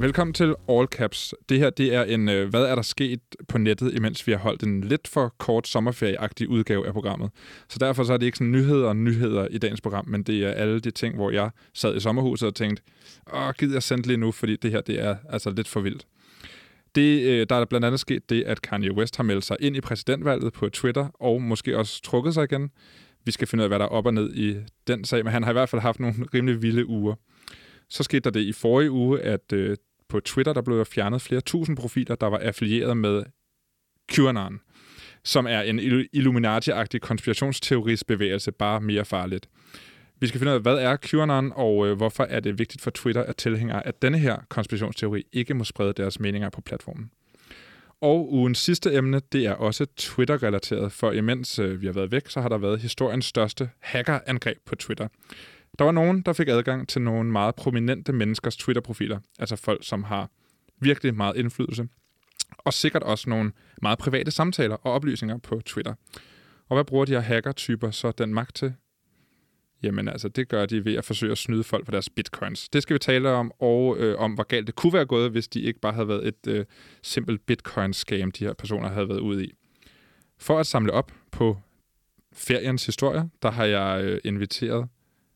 Velkommen til All Caps. Det her, det er en hvad er der sket på nettet, imens vi har holdt en lidt for kort sommerferieagtig udgave af programmet. Så derfor så er det ikke sådan nyheder i dagens program, men det er alle de ting, hvor jeg sad i sommerhuset og tænkte, gider jeg sende lige nu, fordi det her, det er altså lidt for vildt. Der er blandt andet sket det, at Kanye West har meldt sig ind i præsidentvalget på Twitter, og måske også trukket sig igen. Vi skal finde ud af, hvad der er op og ned i den sag, men han har i hvert fald haft nogle rimelig vilde uger. Så skete der det i forrige uge, at på Twitter, der blev der fjernet flere tusind profiler, der var affilieret med QAnon, som er en Illuminati-agtig konspirationsteorisbevægelse, bare mere farligt. Vi skal finde ud af, hvad er QAnon, og hvorfor er det vigtigt for Twitter, at tilhængere af denne her konspirationsteori ikke må sprede deres meninger på platformen. Og ugens sidste emne, det er også Twitter-relateret, for imens vi har været væk, så har der været historiens største hackerangreb på Twitter. Der var nogen, der fik adgang til nogle meget prominente menneskers Twitter-profiler, altså folk, som har virkelig meget indflydelse, og sikkert også nogle meget private samtaler og oplysninger på Twitter. Og hvad bruger de her hacker-typer så den magt til? Jamen altså, det gør de ved at forsøge at snyde folk for deres bitcoins. Det skal vi tale om, og om hvor galt det kunne være gået, hvis de ikke bare havde været et simpelt bitcoin-scam, de her personer havde været ude i. For at samle op på feriens historie, der har jeg inviteret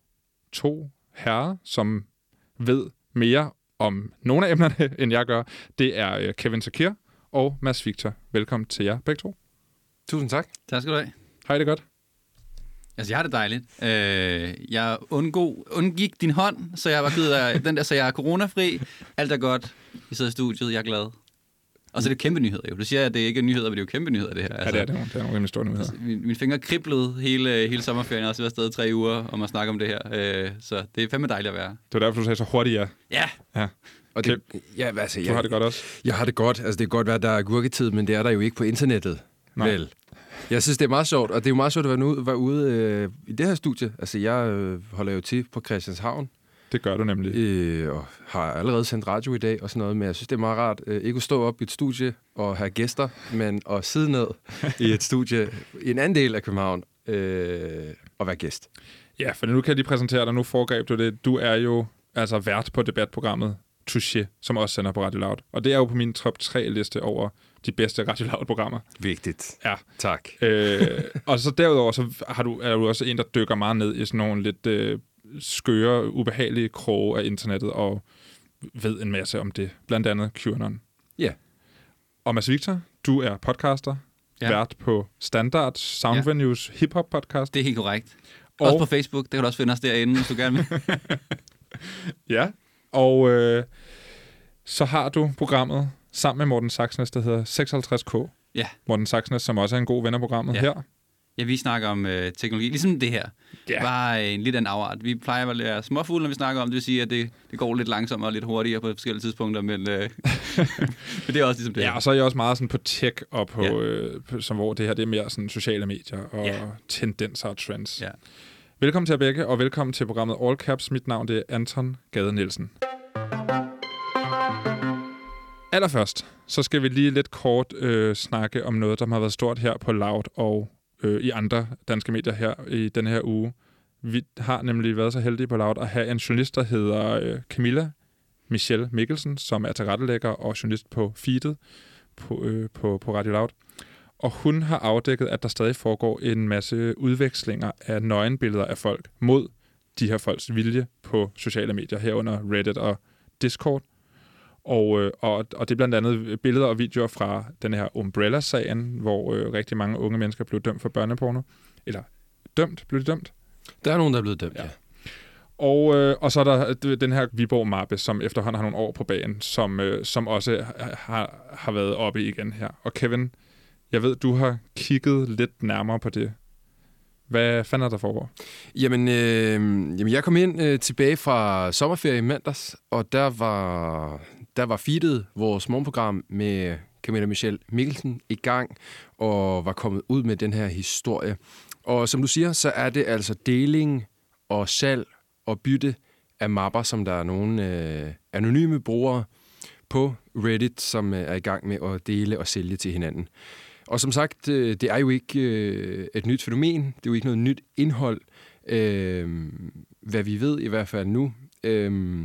2 herrer, som ved mere om nogle af emnerne, end jeg gør. Det er Kevin Sakir og Mads Victor. Velkommen til jer begge to. Tusind tak. Tak skal du have. Har I det godt? Altså, jeg har det dejligt. Jeg undgik din hånd, så jeg var givet af den der, så jeg er coronafri. Alt er godt. Vi sidder i studiet, jeg er glad. Og så er det kæmpe nyheder jo. Du siger, at det ikke er nyheder, men det er jo kæmpe nyheder, det her. Altså, ja, det er nogle rimelig store nyheder. Altså, mine fingre kriblede hele sommerferien. Jeg har også været afsted 3 uger om at snakke om det her. Så det er fandme dejligt at være. Det var derfor, du sagde så hurtigt ja. Ja. Og det, altså, du har det godt også? Jeg har det godt. Altså, det kan godt være, at der er gurketid, men det er der jo ikke på internettet. Nej. Vel. Jeg synes, det er meget sjovt, og det er jo meget sjovt at være ude i det her studie. Altså, jeg holder jo til på Christianshavn. Det gør du nemlig. Og har allerede sendt radio i dag og sådan noget, men jeg synes, det er meget rart ikke at stå op i et studie og have gæster, men at sidde ned i et studie i en anden del af København og være gæst. Ja, for nu kan jeg lige præsentere dig. Nu foregreb du det. Du er jo altså vært på debatprogrammet Touché, som også sender på Radio Loud. Og det er jo på min top 3-liste over de bedste Radio Loud-programmer. Vigtigt. Ja. Tak. Og så derudover så er du også en, der dykker meget ned i sådan nogle lidt skøre, ubehagelige kroge af internettet og ved en masse om det. Blandt andet QAnon. Ja. Yeah. Og Mads Victor, du er podcaster, vært på Standard Soundvenues hip-hop-podcast. Det er helt korrekt. Også på Facebook, det kan du også finde os derinde, hvis du gerne vil. Ja, og så har du programmet sammen med Morten Saxnæs, der hedder 56K. Ja. Morten Saxnæs, som også er en god ven af programmet her. Ja, vi snakker om teknologi, ligesom det her. Yeah. Bare en lidt anden afart. Vi plejer at være småfugle, når vi snakker om det. Det vil sige, at det går lidt langsommere og lidt hurtigere på forskellige tidspunkter, men det er også ligesom det. Ja, og så er jeg også meget sådan på tech og på, som hvor det her det er mere sådan sociale medier og tendenser og trends. Yeah. Velkommen til jer begge, og velkommen til programmet All Caps. Mit navn det er Anton Gade Nielsen. Allerførst, så skal vi lige lidt kort snakke om noget, der har været stort her på Loud og i andre danske medier her i denne her uge. Vi har nemlig været så heldige på Loud at have en journalist, der hedder Camilla Michelle Mikkelsen, som er tilrettelægger og journalist på Feedet på Radio Loud. Og hun har afdækket, at der stadig foregår en masse udvekslinger af nøgenbilleder af folk mod de her folks vilje på sociale medier, herunder Reddit og Discord. Og det er blandt andet billeder og videoer fra den her Umbrella-sagen, hvor rigtig mange unge mennesker blev dømt for børneporno. Eller blev de dømt? Der er nogen, der er blevet dømt, ja. Og så er der den her Viborg-mappe, som efterhånden har nogle år på banen, som også har været oppe igen her. Og Kevin, jeg ved, du har kigget lidt nærmere på det. Hvad fanden er der foregår? Jamen, jeg kom ind tilbage fra sommerferie i mandags, og der var Feedet, vores morgenprogram med Camilla Michelle Mikkelsen, i gang og var kommet ud med den her historie. Og som du siger, så er det altså deling og salg og bytte af mapper, som der er nogle anonyme brugere på Reddit, som er i gang med at dele og sælge til hinanden. Og som sagt, det er jo ikke et nyt fænomen. Det er jo ikke noget nyt indhold, hvad vi ved i hvert fald nu.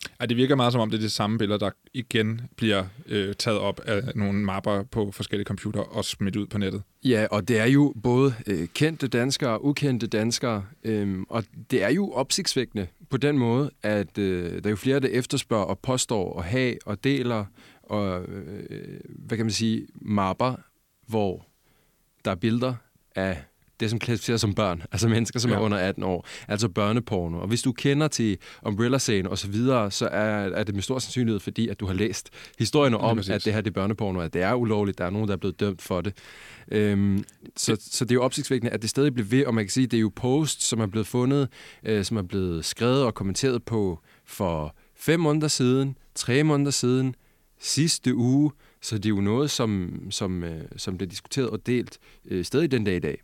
Ej, det virker meget som om, det er de samme billeder, der igen bliver taget op af nogle mapper på forskellige computere og smidt ud på nettet. Ja, og det er jo både kendte danskere og ukendte danskere, og det er jo opsigtsvækkende på den måde, at der er jo flere, der efterspørger og påstår og have og deler og, hvad kan man sige, mapper, hvor der er billeder af det, som klassificeres som børn, altså mennesker, som er under 18 år, altså børneporno. Og hvis du kender til Umbrella-sagen og så videre, så er det med stor sandsynlighed, fordi at du har læst historierne om, at det her det er børneporno, at det er ulovligt, der er nogen, der er blevet dømt for det. Så det er jo opsigtsvækkende, at det stadig bliver ved, og man kan sige, at det er jo posts, som er blevet fundet, som er blevet skrevet og kommenteret på for 5 måneder siden, 3 måneder siden, sidste uge, så det er jo noget, som bliver diskuteret og delt stadig den dag i dag.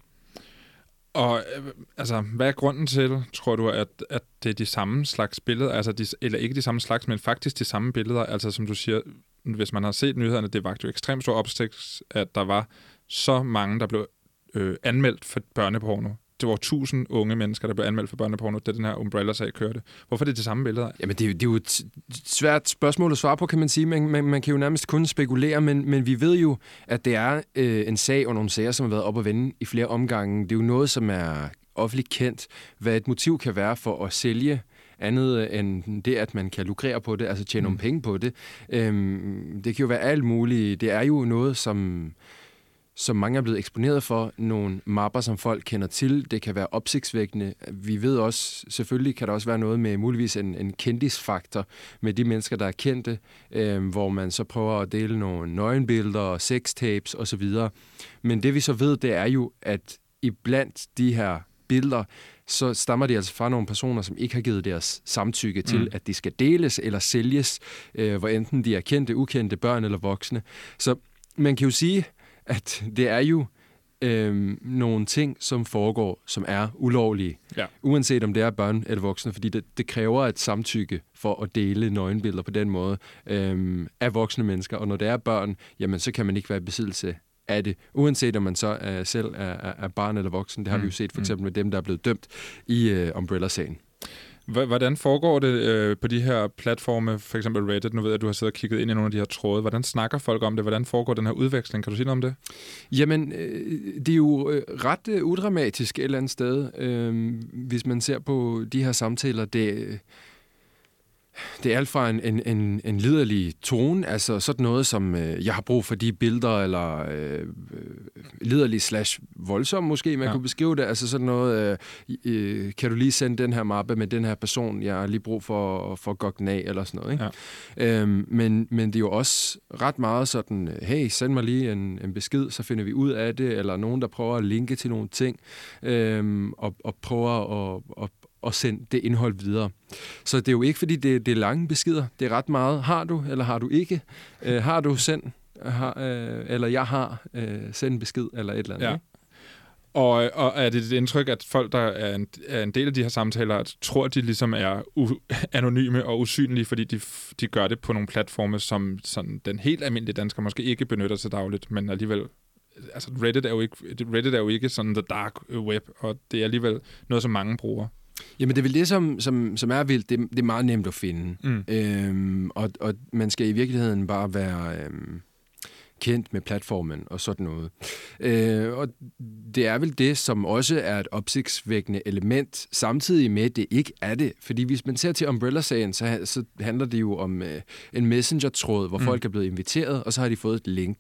Og altså, hvad er grunden til, tror du, at det er de samme slags billeder, altså eller ikke de samme slags, men faktisk de samme billeder, altså som du siger, hvis man har set nyhederne, det var jo ekstremt stor opsigt, at der var så mange, der blev anmeldt for børneporno. Det var 1000 unge mennesker, der blev anmeldt for børneporno, da den her Umbrella-sag kørte. Hvorfor er det de samme billeder? Jamen, det er jo et svært spørgsmål at svare på, kan man sige. Man kan jo nærmest kun spekulere, men vi ved jo, at det er en sag og nogle sager, som har været op at vende i flere omgange. Det er jo noget, som er offentligt kendt, hvad et motiv kan være for at sælge andet end det, at man kan lukrere på det, altså tjene nogle penge på det. Det kan jo være alt muligt. Det er jo noget, som mange er blevet eksponeret for, nogle mapper, som folk kender til. Det kan være opsigtsvækkende. Vi ved også, selvfølgelig kan der også være noget med muligvis en kendisfaktor med de mennesker, der er kendte, hvor man så prøver at dele nogle nøgenbilleder, sextapes osv. Men det vi så ved, det er jo, at iblandt de her billeder, så stammer de altså fra nogle personer, som ikke har givet deres samtykke til, at de skal deles eller sælges, hvor enten de er kendte, ukendte, børn eller voksne. Så man kan jo sige, at det er jo nogle ting, som foregår, som er ulovlige. Ja. Uanset om det er børn eller voksne, fordi det kræver et samtykke for at dele nøgenbilleder på den måde af voksne mennesker. Og når det er børn, jamen så kan man ikke være i besiddelse af det. Uanset om man så selv er barn eller voksen. Det har vi jo set for eksempel med dem, der er blevet dømt i Umbrella-sagen. Hvordan foregår det på de her platforme, for eksempel Reddit? Nu ved jeg, at du har siddet og kigget ind i nogle af de her tråde. Hvordan snakker folk om det? Hvordan foregår den her udveksling? Kan du sige noget om det? Jamen, det er jo ret udramatisk et eller andet sted, hvis man ser på de her samtaler. Det er alt fra en liderlig tone, altså sådan noget som, jeg har brug for de billeder, eller liderlig / voldsom måske, man kunne beskrive det. Altså sådan noget, kan du lige sende den her mappe med den her person, jeg har lige brug for at gå den af, eller sådan noget. Ikke? Ja. Men det er jo også ret meget sådan, hey, send mig lige en besked, så finder vi ud af det, eller nogen, der prøver at linke til nogle ting, og prøver at sende det indhold videre. Så det er jo ikke, fordi det er lange beskeder. Det er ret meget. Har du, eller har du ikke? Har du sendt, eller jeg har sendt en besked, eller et eller andet. Ja. Og er det et indtryk, at folk, der er en del af de her samtaler, tror, de ligesom er anonyme og usynlige, fordi de gør det på nogle platforme, som sådan, den helt almindelige dansker måske ikke benytter sig dagligt, men alligevel. Altså Reddit er jo ikke sådan the dark web, og det er alligevel noget, som mange bruger. Jamen det er vel det, som er vildt. Det er meget nemt at finde. Og man skal i virkeligheden bare være kendt med platformen og sådan noget. Og det er vel det, som også er et opsigtsvækkende element, samtidig med, at det ikke er det. Fordi hvis man ser til Umbrella-sagen, så handler det jo om en messenger-tråd, hvor folk er blevet inviteret, og så har de fået et link.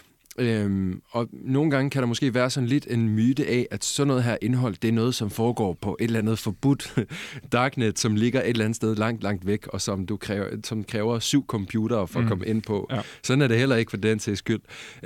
Og nogle gange kan der måske være sådan lidt en myte af, at sådan noget her indhold, det er noget, som foregår på et eller andet forbudt darknet, som ligger et eller andet sted langt, langt væk, og som kræver 7 computere for at komme ind på. Ja. Sådan er det heller ikke for den sags skyld.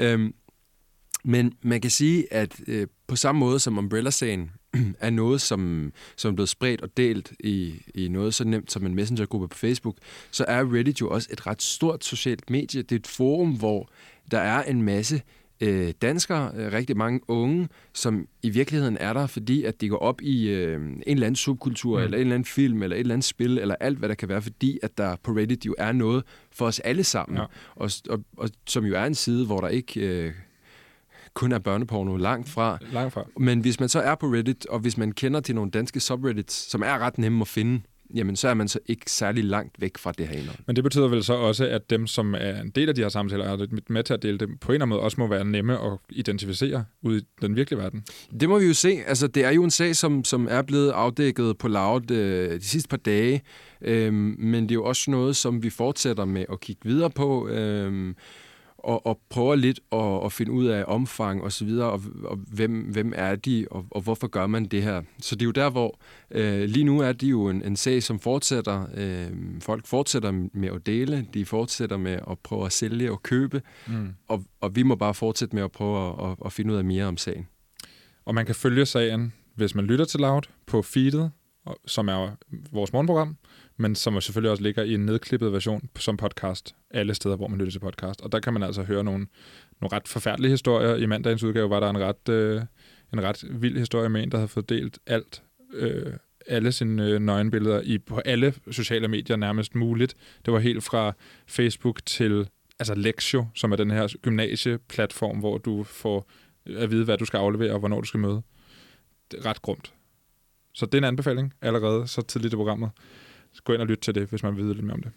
Men man kan sige, at på samme måde som Umbrella-sagen er noget, som er blevet spredt og delt i noget så nemt som en messengergruppe på Facebook, så er Reddit jo også et ret stort socialt medie. Det er et forum, hvor der er en masse danskere, rigtig mange unge, som i virkeligheden er der, fordi at de går op i en eller anden subkultur, eller en eller anden film, eller et eller andet spil, eller alt, hvad der kan være, fordi at der på Reddit jo er noget for os alle sammen. Ja. Og som jo er en side, hvor der ikke kun er børneporno langt fra. Langt fra. Men hvis man så er på Reddit, og hvis man kender til nogle danske subreddits, som er ret nemme at finde, jamen så er man så ikke særlig langt væk fra det her indhold. Men det betyder vel så også, at dem, som er en del af de her samtaler, er med til at dele dem, på en eller anden måde også må være nemme at identificere ude i den virkelige verden. Det må vi jo se. Altså, det er jo en sag, som er blevet afdækket på Loud de sidste par dage, men det er jo også noget, som vi fortsætter med at kigge videre på, og prøver lidt at finde ud af omfang og så videre, og hvem er de, og hvorfor gør man det her. Så det er jo der, hvor lige nu er det jo en sag, som fortsætter. Folk fortsætter med at dele, de fortsætter med at prøve at sælge og købe, og vi må bare fortsætte med at prøve at finde ud af mere om sagen. Og man kan følge sagen, hvis man lytter til Loud, på feedet, som er vores morgenprogram, men som selvfølgelig også ligger i en nedklippet version som podcast, alle steder, hvor man lytter til podcast. Og der kan man altså høre nogle ret forfærdelige historier. I mandagens udgave var der en ret vild historie med en, der havde fået delt alle sine nøgenbilleder på alle sociale medier nærmest muligt. Det var helt fra Facebook til Lexio, som er den her gymnasieplatform, hvor du får at vide, hvad du skal aflevere og hvornår du skal møde. Det er ret grumt. Så det er en anbefaling allerede så tidligt i programmet. Gå ind og lyt til det, hvis man vil vide lidt mere om det.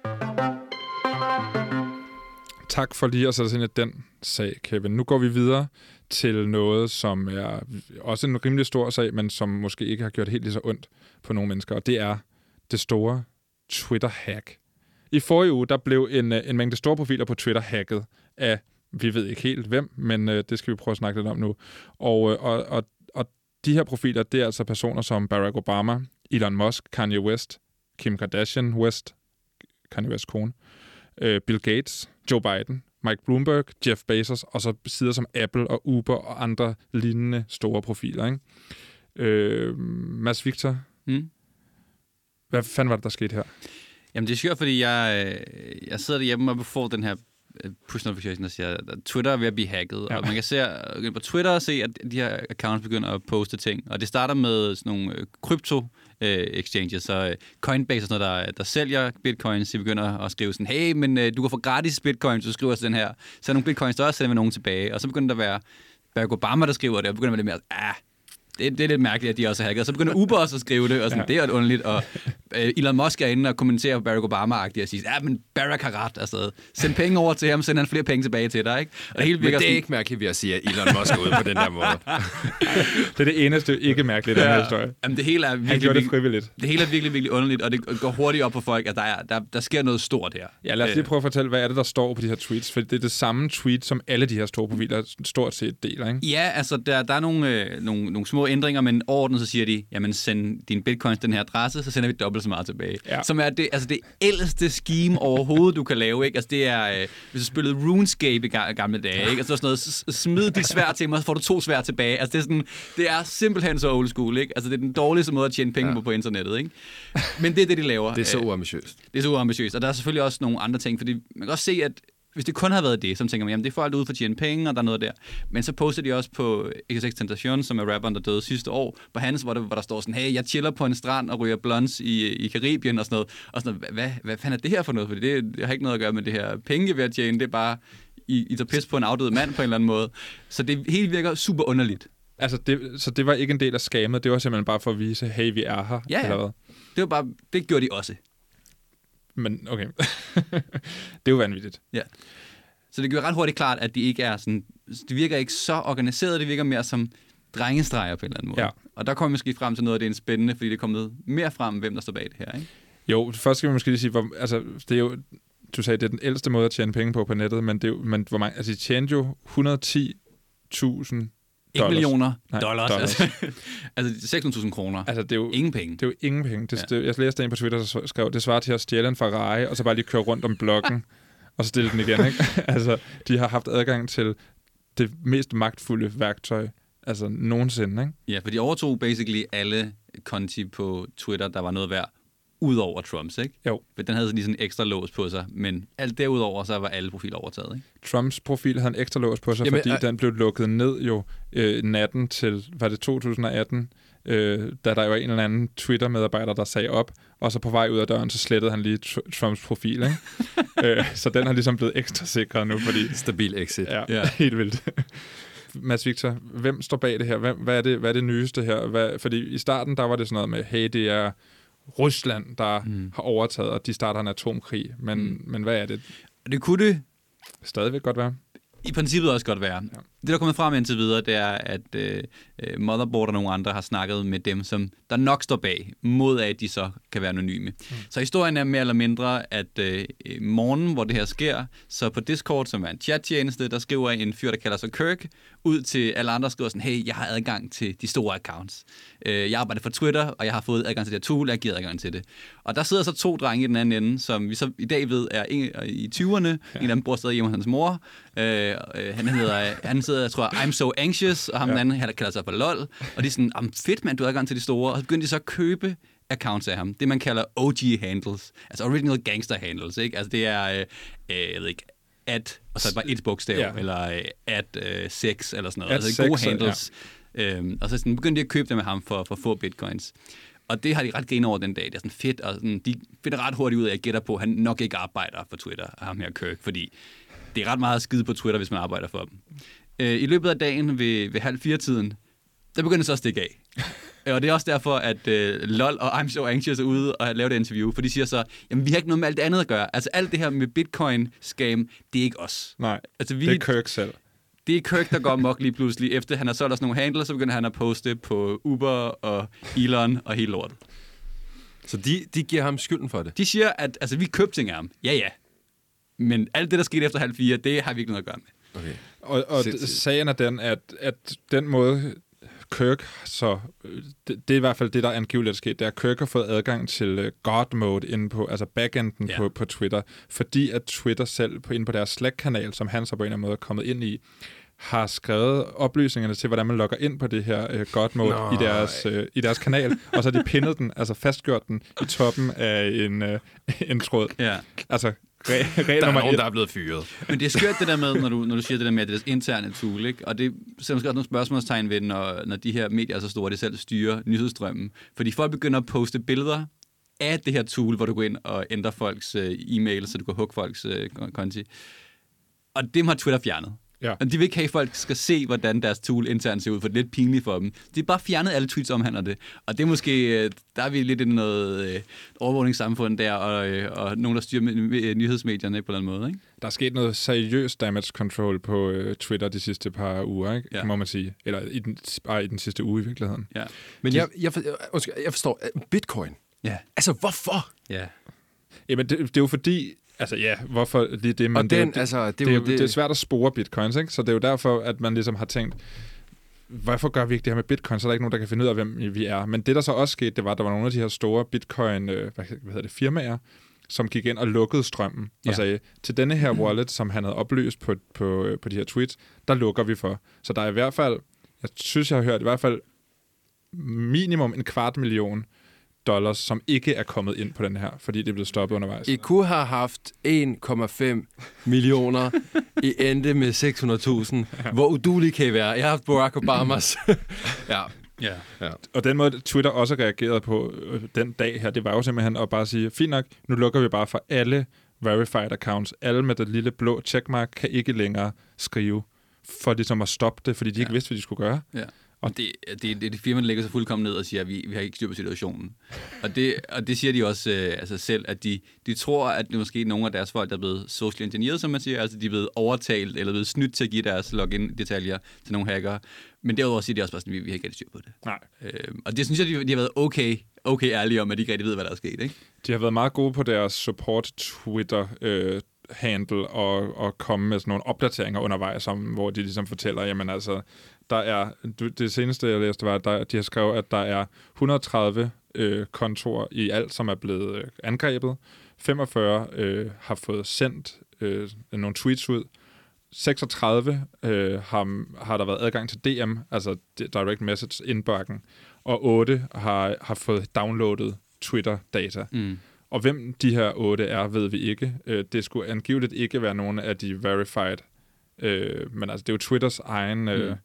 Tak for lige at sætte os ind i den sag, Kevin. Nu går vi videre til noget, som er også en rimelig stor sag, men som måske ikke har gjort helt lige så ondt på nogle mennesker, og det er det store Twitter-hack. I forrige uge, der blev en mængde store profiler på Twitter hacket af, vi ved ikke helt hvem, men det skal vi prøve at snakke lidt om nu. Og de her profiler, det er altså personer som Barack Obama, Elon Musk, Kanye West, Kim Kardashian West, Kanye West kone, Bill Gates, Joe Biden, Mike Bloomberg, Jeff Bezos, og så sider som Apple og Uber og andre lignende store profiler, ikke? Mads Victor, hvad fanden var det, der skete her? Jamen, det er skørt, fordi jeg sidder derhjemme og får den her push notification, der siger, at Twitter er ved at blive hacket, og man kan se på Twitter og se, at de her accounts begynder at poste ting, og det starter med sådan nogle krypto exchanges, så Coinbase og sådan noget, der sælger bitcoins, de begynder at skrive sådan, hey, men du kan få gratis bitcoins, du skriver sådan her, så er nogle bitcoins, der også sender vi nogen tilbage, og så begynder der at være Barack Obama, der skriver det, og begynder man lidt mere, det er lidt mærkeligt, at de også er hacket. Og så begynder Uber også at skrive det, og sådan, det er underligt. Og Elon Musk er inde og kommenterer på Barack Obama-agtigt og siger, ja, men Barack har ret. Altså, send penge over til ham, sender han flere penge tilbage til dig, ikke? Og det hele men det er ikke mærkeligt, at sige, at Elon Musk er ude på den der måde. Det er det eneste ikke mærkeligt i den her historie. Jamen, det hele er virkelig, han gjorde det frivilligt. Det hele er virkelig, virkelig underligt, og det går hurtigt op på folk, at der sker noget stort her. Ja, lad os lige prøve at fortælle, hvad er det, der står på de her tweets? For det er det samme tweet, som alle de her store profiler stort set deler, ikke? Ja, altså, der er nogle små ændringer, men så siger de, jamen send din bitcoins den her adresse, så sender vi dobbelt så meget tilbage. Ja. Som er det ældste scheme overhovedet, du kan lave, ikke? Altså det er, hvis du spillede RuneScape i gamle dage, ikke? Altså sådan noget, smid dit sværd til mig, så får du 2 sværd tilbage. Altså det er simpelthen så old school, ikke? Altså det er den dårligste måde at tjene penge på internettet, ikke? Men det er det, de laver. Det er så uambitiøst. Det er så uambitiøst, og der er selvfølgelig også nogle andre ting, fordi man kan også se, at hvis det kun havde været det, så tænker man, jamen det er folk ude for at tjene penge, og der er noget der. Men så poster de også på XXXTentacion, som er rapperen, der døde sidste år, på hans, hvor der står sådan, hey, jeg chiller på en strand og ryger blunts i Karibien og sådan noget. Og sådan noget, hvad fanden er det her for noget? Fordi det har ikke noget at gøre med det her penge ved at tjene, det er bare, I tager pis på en afdød mand på en eller anden måde. Så det hele virker super underligt. Altså, så det var ikke en del af skammet, det var simpelthen bare for at vise, hey, vi er her, ja, eller hvad? Det var bare, det gjorde de også. Men okay, det er jo vanvittigt. Ja. Så det gør ret hurtigt klart, at de ikke er sådan, det virker ikke så organiseret, det virker mere som drengestreger på en eller anden måde. Ja. Og der kommer vi måske frem til noget af det er spændende, fordi det er kommet mere frem, hvem der står bag det her, ikke? Jo, først skal vi måske lige sige, det er jo, du sagde, det er den ældste måde at tjene penge på nettet, men det er jo, hvor mange, altså de tjente jo 110.000 $1 millioner dollars. Altså 600.000 kroner. Altså det er jo ingen penge. Det er jo ingen penge. Jeg læste en på Twitter, der skrev, det svarer til at stjæle en Ferrari, og så bare lige køre rundt om blokken, og stille den igen, ikke? Altså, de har haft adgang til det mest magtfulde værktøj, altså nogensinde, ikke? Ja, for de overtog basically alle konti på Twitter, der var noget værd, udover Trumps, ikke? Jo. For den havde lige sådan en ekstra lås på sig, men alt derudover, så var alle profiler overtaget, ikke? Trumps profil havde en ekstra lås på sig, fordi den blev lukket ned jo natten til, var det 2018, da der jo var en eller anden Twitter-medarbejder, der sagde op, og så på vej ud af døren, så slettede han lige Trumps profil, ikke? Så den har ligesom blevet ekstra sikret nu, fordi... Stabil exit. Ja, helt vildt. Mads Victor, hvem står bag det her? Hvad er det nyeste her? Fordi i starten, der var det sådan noget med, hey, det er Rusland, der har overtaget, og de starter en atomkrig. Men hvad er det? Det kunne det Stadigvæk godt være. i princippet også godt være. Ja. Det, der er kommet frem indtil videre, det er, at Motherboard og nogle andre har snakket med dem, som der nok står bag, mod at de så kan være anonyme. Så historien er mere eller mindre, at morgenen, hvor det her sker, så på Discord, som er en chattjeneste, der skriver en fyr, der kalder sig Kirk, ud til alle andre, skriver sådan, hey, jeg har adgang til de store accounts. Jeg arbejder for Twitter, og jeg har fået adgang til det her tool, jeg giver adgang til det. Og der sidder så 2 drenge i den anden ende, som vi så i dag ved er i 20'erne. En af dem bor stadig hjemme hos hans mor. Han sidder, jeg tror, I'm so anxious, og ham den anden, han kalder sig for LOL. Og de er sådan, fedt mand, du har adgang til de store. Og så begynder de så at købe accounts af ham. Det man kalder OG handles. Altså original gangster handles, ikke? Altså det er, jeg ved ikke, og så bare et bogstav, eller sex, eller sådan noget. Altså gode handles. Ja. Og så sådan, begyndte de at købe dem af ham for få bitcoins. Og det har de ret grine over den dag. Det er sådan fedt, og sådan, de finder ret hurtigt ud af, at jeg gætter på, at han nok ikke arbejder for Twitter, ham her Kirk, fordi det er ret meget at skide på Twitter, hvis man arbejder for dem. I løbet af dagen ved 3:30-tiden, der begynder det så at stikke af. Og det er også derfor, at LOL og I'm so anxious er ude og lave det interview, for de siger så, jamen vi har ikke noget med alt det andet at gøre. Altså alt det her med Bitcoin-scam, det er ikke os. Nej, altså, det er Kirk selv. Det er Kirk, der går amok lige pludselig. Efter han har solgt os nogle handler, så begynder han at poste på Uber og Elon og hele lortet. Så de giver ham skylden for det? De siger, at altså, vi købte ting af ham. Ja. Men alt det, der skete efter 3:30, det har vi ikke noget at gøre med. Okay. Og sagen er den, at den måde Kirk, så det er i hvert fald det, der angiveligt er sket, det er, at Kirk har fået adgang til God Mode inde på, altså backenden på Twitter, fordi at Twitter selv inde på deres Slack-kanal, som han så på en eller anden måde er kommet ind i, har skrevet oplysningerne til, hvordan man logger ind på det her God Mode i deres kanal, og så har de pindet den, altså fastgjort den i toppen af en tråd. Ja. Altså, der er nogen, der er blevet fyret. Men det er skørt det der med, når du siger det der med, at det er deres interne tool, ikke? Og det sætter måske også nogle spørgsmålstegn ved, når de her medier er så store, det selv styrer nyhedsstrømmen. Fordi folk begynder at poste billeder af det her tool, hvor du går ind og ændrer folks e-mail, så du kan hugge folks konti. Og dem har Twitter fjernet. Ja. Og de vil ikke have, at folk skal se, hvordan deres tool internt ser ud, for det er lidt pinligt for dem. De har bare fjernet alle tweets omhandler det. Og det er måske, der er vi lidt i noget overvågningssamfund der, og nogen, der styrer nyhedsmedierne på en eller anden måde, ikke? Der er sket noget seriøst damage control på Twitter de sidste par uger, ikke? Ja. Må man sige. Eller bare i den sidste uge i virkeligheden. Ja. Men jeg forstår, Bitcoin. Ja. Altså, hvorfor? Ja. Jamen, det er jo fordi... Altså ja, hvorfor lige det? Men det er svært at spore bitcoins, ikke? Så det er jo derfor, at man ligesom har tænkt, hvorfor gør vi ikke det her med bitcoin, så er der ikke nogen, der kan finde ud af, hvem vi er. Men det, der så også skete, det var, at der var nogle af de her store bitcoin firmaer, som gik ind og lukkede strømmen og sagde, til denne her wallet, som han havde oplyst på de her tweets, der lukker vi for. Så der er i hvert fald, jeg synes, jeg har hørt i hvert fald minimum $250,000, som ikke er kommet ind på den her, fordi det er blevet stoppet undervejs. I kunne have haft 1,5 millioner i endte med 600.000. Hvor udulig kan I være? Jeg har haft Barack Obamas. Ja. Og den måde, Twitter også reagerede på den dag her, det var jo simpelthen at bare sige, fint nok, nu lukker vi bare for alle verified accounts. Alle med det lille blå checkmark kan ikke længere skrive, for ligesom at stoppe det, fordi de ikke vidste, hvad de skulle gøre. Ja. Og det firma, der lægger sig fuldkommen ned og siger, at vi har ikke styr på situationen. Og det siger de også altså selv, at de tror, at det måske nogle af deres folk, der er blevet social engineered, som man siger, altså de er blevet overtalt eller blevet snydt til at give deres login-detaljer til nogle hackere. Men derudover siger de også bare sådan, at vi har ikke rigtig styr på det. Nej. Og det synes jeg, de har været okay ærlige om, at de ikke rigtig ved, hvad der er sket, ikke? De har været meget gode på deres support Twitter handle og komme med sådan nogle opdateringer undervejs, hvor de ligesom fortæller, jamen altså, der er, det seneste jeg læste var, at de har skrevet, at der er 130 kontorer i alt, som er blevet angrebet. 45 har fået sendt nogle tweets ud. 36 har der været adgang til DM, altså direct message indbakken, og 8 har fået downloadet Twitter-data. Og hvem de her 8 er, ved vi ikke. Det skulle angiveligt ikke være nogen af de verified. Men altså, det er jo Twitters egen,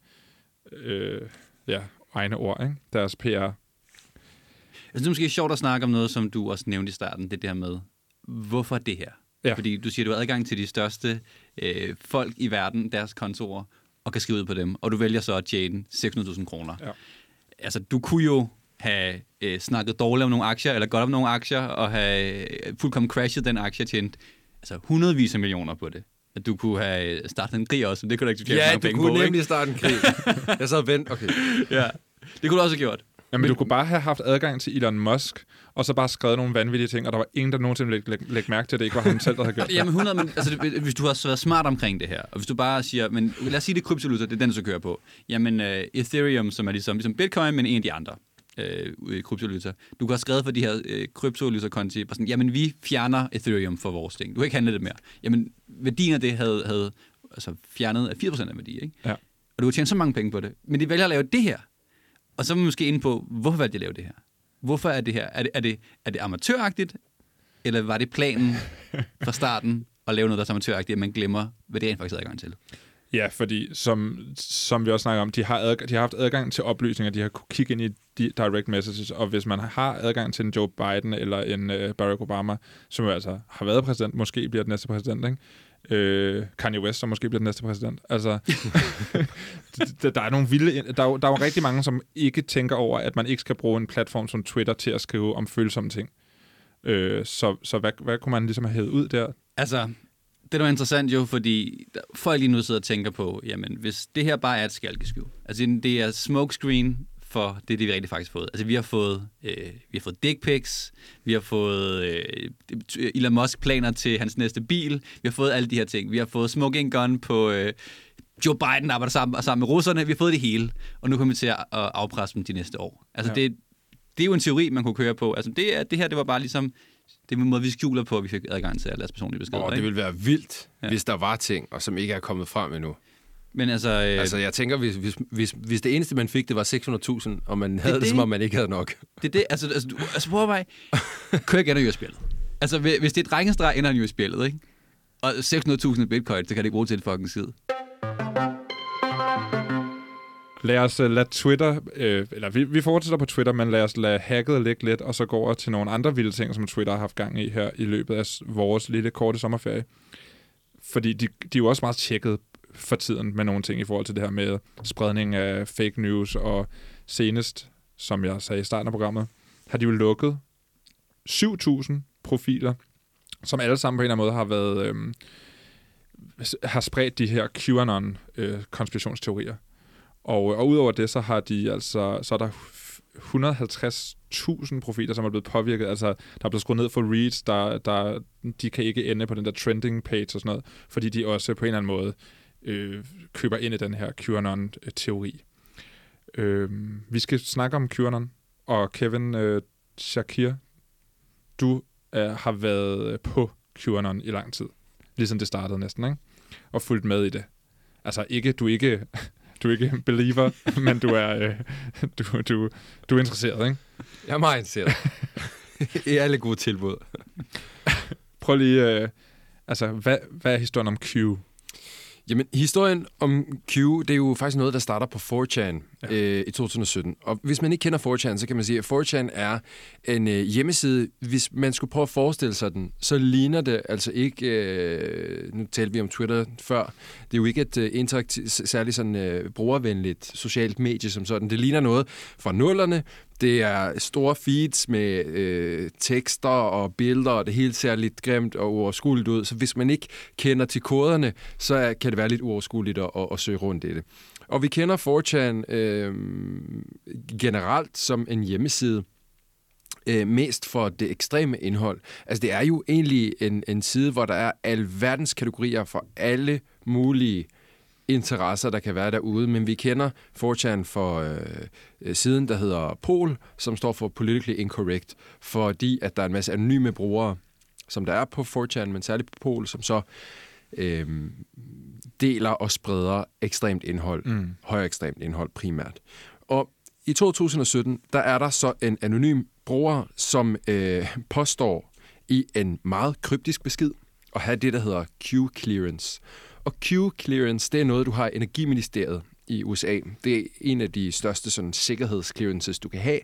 egne ord, ikke? Deres PR. Jeg synes, det er måske sjovt at snakke om noget, som du også nævnte i starten, det der med, hvorfor det her? Ja. Fordi du siger, du har adgang til de største folk i verden, deres kontorer, og kan skrive ud på dem, og du vælger så at tjene 600.000 kroner. Ja. Altså, du kunne jo have snakket dårligt om nogle aktier, eller godt om nogle aktier, og have fuldkommen crashet den aktie, tjent altså hundredvis af millioner på det. At du kunne have startet en krig også, det kunne du ikke tjene mange penge på. Ja, du kunne nemlig starte en krig. Jeg så vent, okay. Ja, det kunne du også have gjort. Jamen, du kunne bare have haft adgang til Elon Musk, og så bare skrevet nogle vanvittige ting, og der var ingen, der nogensinde ville lægge mærke til, at det ikke var ham selv, der havde gjort det. Jamen 100, men altså, hvis du har været smart omkring det her, og hvis du bare siger, men lad os sige, det er kryptovaluta, det er den, du skal køre på. Jamen Ethereum, som er ligesom Bitcoin, men en af de andre kryptovaluta. Du kan have skrevet for de her kryptovaluta-konti, bare sådan, jamen vi fjerner Ethereum for vores ting. Du kan ikke handle det mere. Jamen værdien af det havde altså fjernet af 80% af værdi, ikke? Ja. Og du har tjent så mange penge på det. Men de vælger at lave det her. Og så er man måske inde på, hvorfor valgte de at lave det her? Hvorfor er det her? Er det amatøragtigt? Eller var det planen fra starten at lave noget, der er så amatøragtigt, at man glemmer, hvad det er faktisk adgang til? Ja, fordi som vi også snakker om, de har haft adgang til oplysninger, de har kunne kigge ind i de direct messages, og hvis man har adgang til en Joe Biden eller en Barack Obama, som jo altså har været præsident, måske bliver den næste præsident, ikke? Kanye West, som måske bliver den næste præsident. Altså, der er nogle vilde... Der er jo rigtig mange, som ikke tænker over, at man ikke skal bruge en platform som Twitter til at skrive om følsomme ting. Så hvad kunne man ligesom have hævet ud der? Altså, det er jo interessant jo, fordi folk lige nu sidder og tænker på, jamen, hvis det her bare er et skalkeskjul, altså det er smokescreen for det vi rigtig faktisk har fået. Altså, vi har fået dick pics, vi har fået Elon Musk planer til hans næste bil, vi har fået alle de her ting, vi har fået smoking gun på Joe Biden arbejder sammen med russerne, vi har fået det hele, og nu kommer vi til at afpresse dem de næste år. Altså, ja. Det er jo en teori, man kunne køre på. Altså, det her, det var bare ligesom det måde, vi skjuler på, at vi fik adgang til alle deres personlige beskeder. Det ville være vildt, hvis der var ting, og som ikke er kommet frem endnu. Men altså jeg tænker, hvis det eneste, man fik, det var 600.000, og man havde det, som om man ikke havde nok. Det er det. Altså prøv at vej. Kør ikke ender jo i spillet. Altså, hvis det er et drengestreg, ender han jo i spillet, ikke? Og 600.000 bitcoin, så kan det ikke bruge til et fucking skid. Lad os lade Twitter, eller vi fortsætter på Twitter, men lad os lade hacket ligge lidt, og så gå over til nogle andre vilde ting, som Twitter har haft gang i her i løbet af vores lille korte sommerferie. Fordi de er jo også meget tjekket for tiden med nogle ting i forhold til det her med spredning af fake news, og senest, som jeg sagde i starten af programmet, har de jo lukket 7.000 profiler, som alle sammen på en eller anden måde har været har spredt de her QAnon-konspirationsteorier. Og udover det, så har de altså, så er der 150.000 profiler, som er blevet påvirket. Altså, der er blevet skruet ned for reads, de kan ikke ende på den der trending page og sådan noget, fordi de også på en eller anden måde køber ind i den her QAnon-teori. Vi skal snakke om QAnon, og Kevin Shakir, du har været på QAnon i lang tid, ligesom det startede næsten, ikke? Og fulgt med i det. Altså, du er ikke en believer, men du er interesseret, ikke? Jeg er meget interesseret. I alle gode tilbud. Prøv lige, hvad er historien om Q? Jamen, historien om Q, det er jo faktisk noget, der starter på 4chan i 2017. Og hvis man ikke kender 4chan, så kan man sige, at 4chan er en hjemmeside. Hvis man skulle prøve at forestille sig den, så ligner det altså ikke... nu talte vi om Twitter før. Det er jo ikke et særligt sådan, brugervenligt socialt medie som sådan. Det ligner noget fra nullerne. Det er store feeds med tekster og billeder, og det hele ser lidt grimt og uoverskueligt ud. Så hvis man ikke kender til koderne, så kan det være lidt uoverskueligt at søge rundt i det. Og vi kender 4chan generelt som en hjemmeside, mest for det ekstreme indhold. Altså det er jo egentlig en side, hvor der er alverdens kategorier for alle mulige interesser, der kan være derude, men vi kender 4chan for siden, der hedder POL, som står for Politically Incorrect, fordi at der er en masse anonyme brugere, som der er på 4chan, men særligt på POL, som så deler og spreder ekstremt indhold, højekstremt indhold primært. Og i 2017, der er der så en anonym bruger, som påstår i en meget kryptisk besked at have det, der hedder Q-clearance. Og Q-clearance, det er noget, du har i Energiministeriet i USA. Det er en af de største sådan, sikkerhedsclearances, du kan have.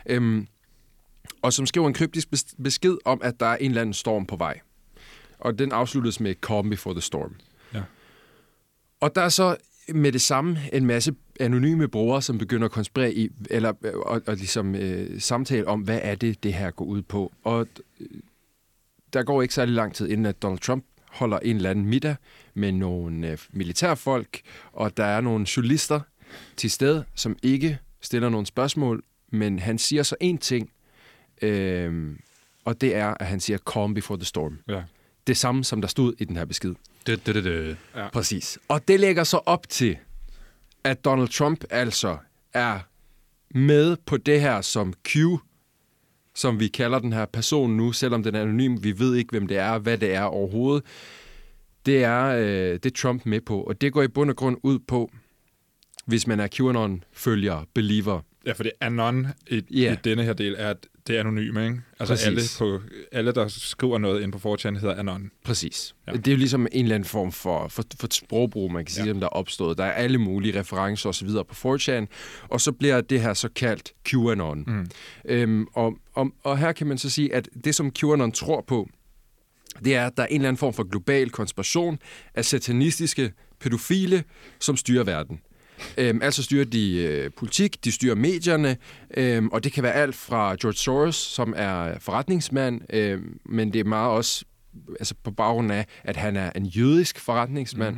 Og som skriver en kryptisk besked om, at der er en eller anden storm på vej. Og den afsluttes med Calm Before the Storm. Ja. Og der er så med det samme en masse anonyme brugere, som begynder at konspirere i, eller og ligesom samtale om, hvad er det her går ud på. Og der går ikke særlig lang tid, inden at Donald Trump holder en eller anden middag med nogle militærfolk, og der er nogle journalister til stede, som ikke stiller nogle spørgsmål, men han siger så en ting, og det er, at han siger, calm before the storm. Ja. Det samme, som der stod i den her besked. Ja. Præcis. Og det lægger så op til, at Donald Trump altså er med på det her som Q, som vi kalder den her person nu, selvom den er anonym. Vi ved ikke, hvem det er, hvad det er overhovedet. Det er Trump med på, og det går i bund og grund ud på, hvis man er QAnon-følger, believer. Ja, for det anon i denne her del er, at det er anonyme, ikke? Altså alle, der skriver noget ind på 4chan, hedder anon. Præcis. Ja. Det er jo ligesom en eller anden form for sprogbrug, man kan sige, der er opstået. Der er alle mulige referencer osv. på 4chan, og så bliver det her så kaldt QAnon. Og her kan man så sige, at det, som QAnon tror på, det er, at der er en eller anden form for global konspiration af satanistiske pædofile, som styrer verden. Altså styrer de politik, de styrer medierne, og det kan være alt fra George Soros, som er forretningsmand, men det er meget også altså på baggrund af, at han er en jødisk forretningsmand.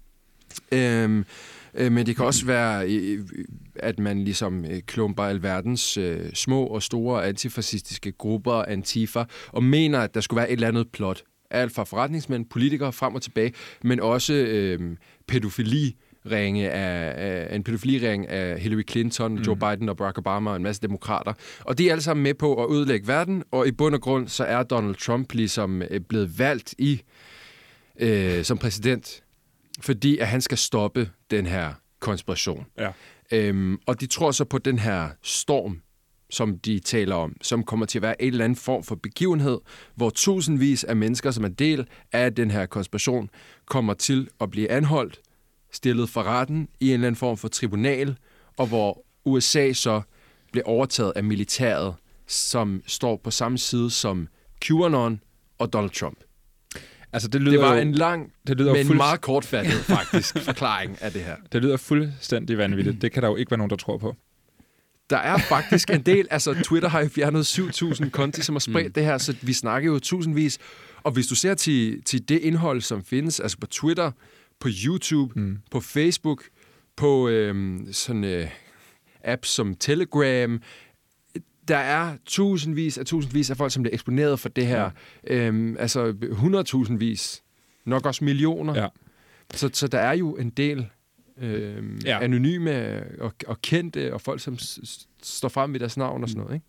Men det kan også være, at man ligesom klumper alverdens små og store antifascistiske grupper, Antifa, og mener, at der skulle være et eller andet plot. Alt fra forretningsmænd, politikere frem og tilbage, men også pædofiliringe af en pædofiliring af Hillary Clinton, Joe Biden og Barack Obama og en masse demokrater. Og de er alle sammen med på at ødelægge verden, og i bund og grund så er Donald Trump ligesom blevet valgt som præsident, fordi at han skal stoppe den her konspiration. Ja. Og de tror så på den her storm, som de taler om, som kommer til at være en eller anden form for begivenhed, hvor tusindvis af mennesker, som er del af den her konspiration, kommer til at blive anholdt, stillet for retten i en eller anden form for tribunal, og hvor USA så bliver overtaget af militæret, som står på samme side som QAnon og Donald Trump. Altså, det var en lang, men meget kortfattet faktisk forklaring af det her. Det lyder fuldstændig vanvittigt. Det kan der jo ikke være nogen, der tror på. Der er faktisk en del, altså Twitter har jo fjernet 7.000 konti, som har spredt det her, så vi snakker jo tusindvis. Og hvis du ser til det indhold, som findes, altså på Twitter, på YouTube, på Facebook, på sådan apps som Telegram, der er tusindvis af folk, som bliver eksponeret for det her. Altså 100.000vis, nok også millioner. Ja. Så der er jo en del anonyme og kendte, og folk, som står frem med deres navn og sådan noget, ikke?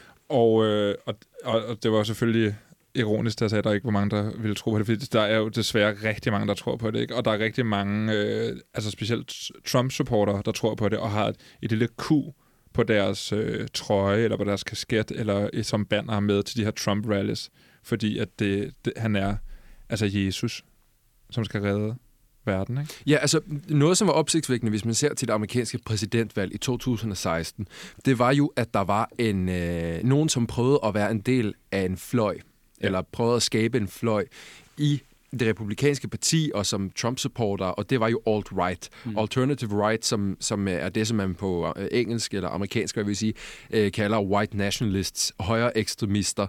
Og det var selvfølgelig ironisk, da jeg sagde, at der ikke var mange, der ville tro på det, fordi der er jo desværre rigtig mange, der tror på det, ikke? Og der er rigtig mange, altså specielt Trump-supportere, der tror på det, og har et lille Q på deres trøje, eller på deres kasket, eller som banner med til de her Trump-rallies, fordi at han er altså Jesus, som skal redde verden, ikke? Ja, altså noget, som var opsigtsvækkende, hvis man ser til det amerikanske præsidentvalg i 2016, det var jo, at der var nogen, som prøvede at være en del af en fløj, eller prøvede at skabe en fløj i det republikanske parti, og som Trump-supporter, og det var jo alt-right. Alternative right, som er det, som man på engelsk eller amerikansk, hvad vil sige, kalder white nationalists, højre ekstremister.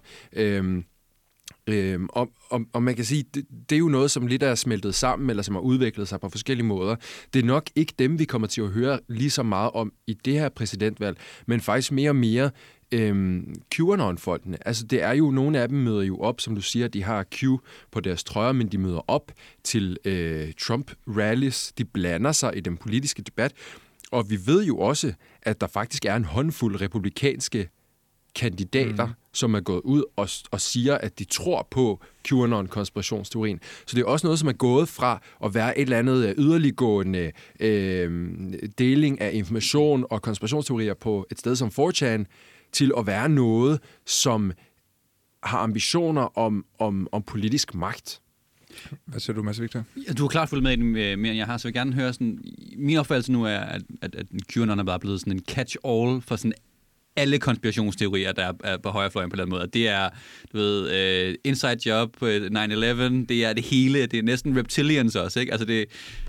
Og man kan sige, det er jo noget, som lidt er smeltet sammen, eller som har udviklet sig på forskellige måder. Det er nok ikke dem, vi kommer til at høre lige så meget om i det her præsidentvalg, men faktisk mere og mere QAnon-folkene. Altså det er jo, nogle af dem møder jo op, som du siger, de har Q på deres trøjer, men de møder op til Trump-rallies. De blander sig i den politiske debat, og vi ved jo også, at der faktisk er en håndfuld republikanske kandidater, som er gået ud og siger, at de tror på QAnon-konspirationsteorien. Så det er også noget, som er gået fra at være et eller andet yderliggående deling af information og konspirationsteorier på et sted som 4chan, til at være noget, som har ambitioner om politisk magt. Hvad siger du, Mads Victor? Du har klart fulgt med i den mere, end jeg har, så jeg vil gerne høre sådan... Min opfattelse nu er, at QAnon er bare blevet sådan en catch-all for sådan alle konspirationsteorier, der er på højrefløjen på den måde. Det er, du ved, inside job på 9/11, det er det hele, det er næsten reptilians også, ikke? Altså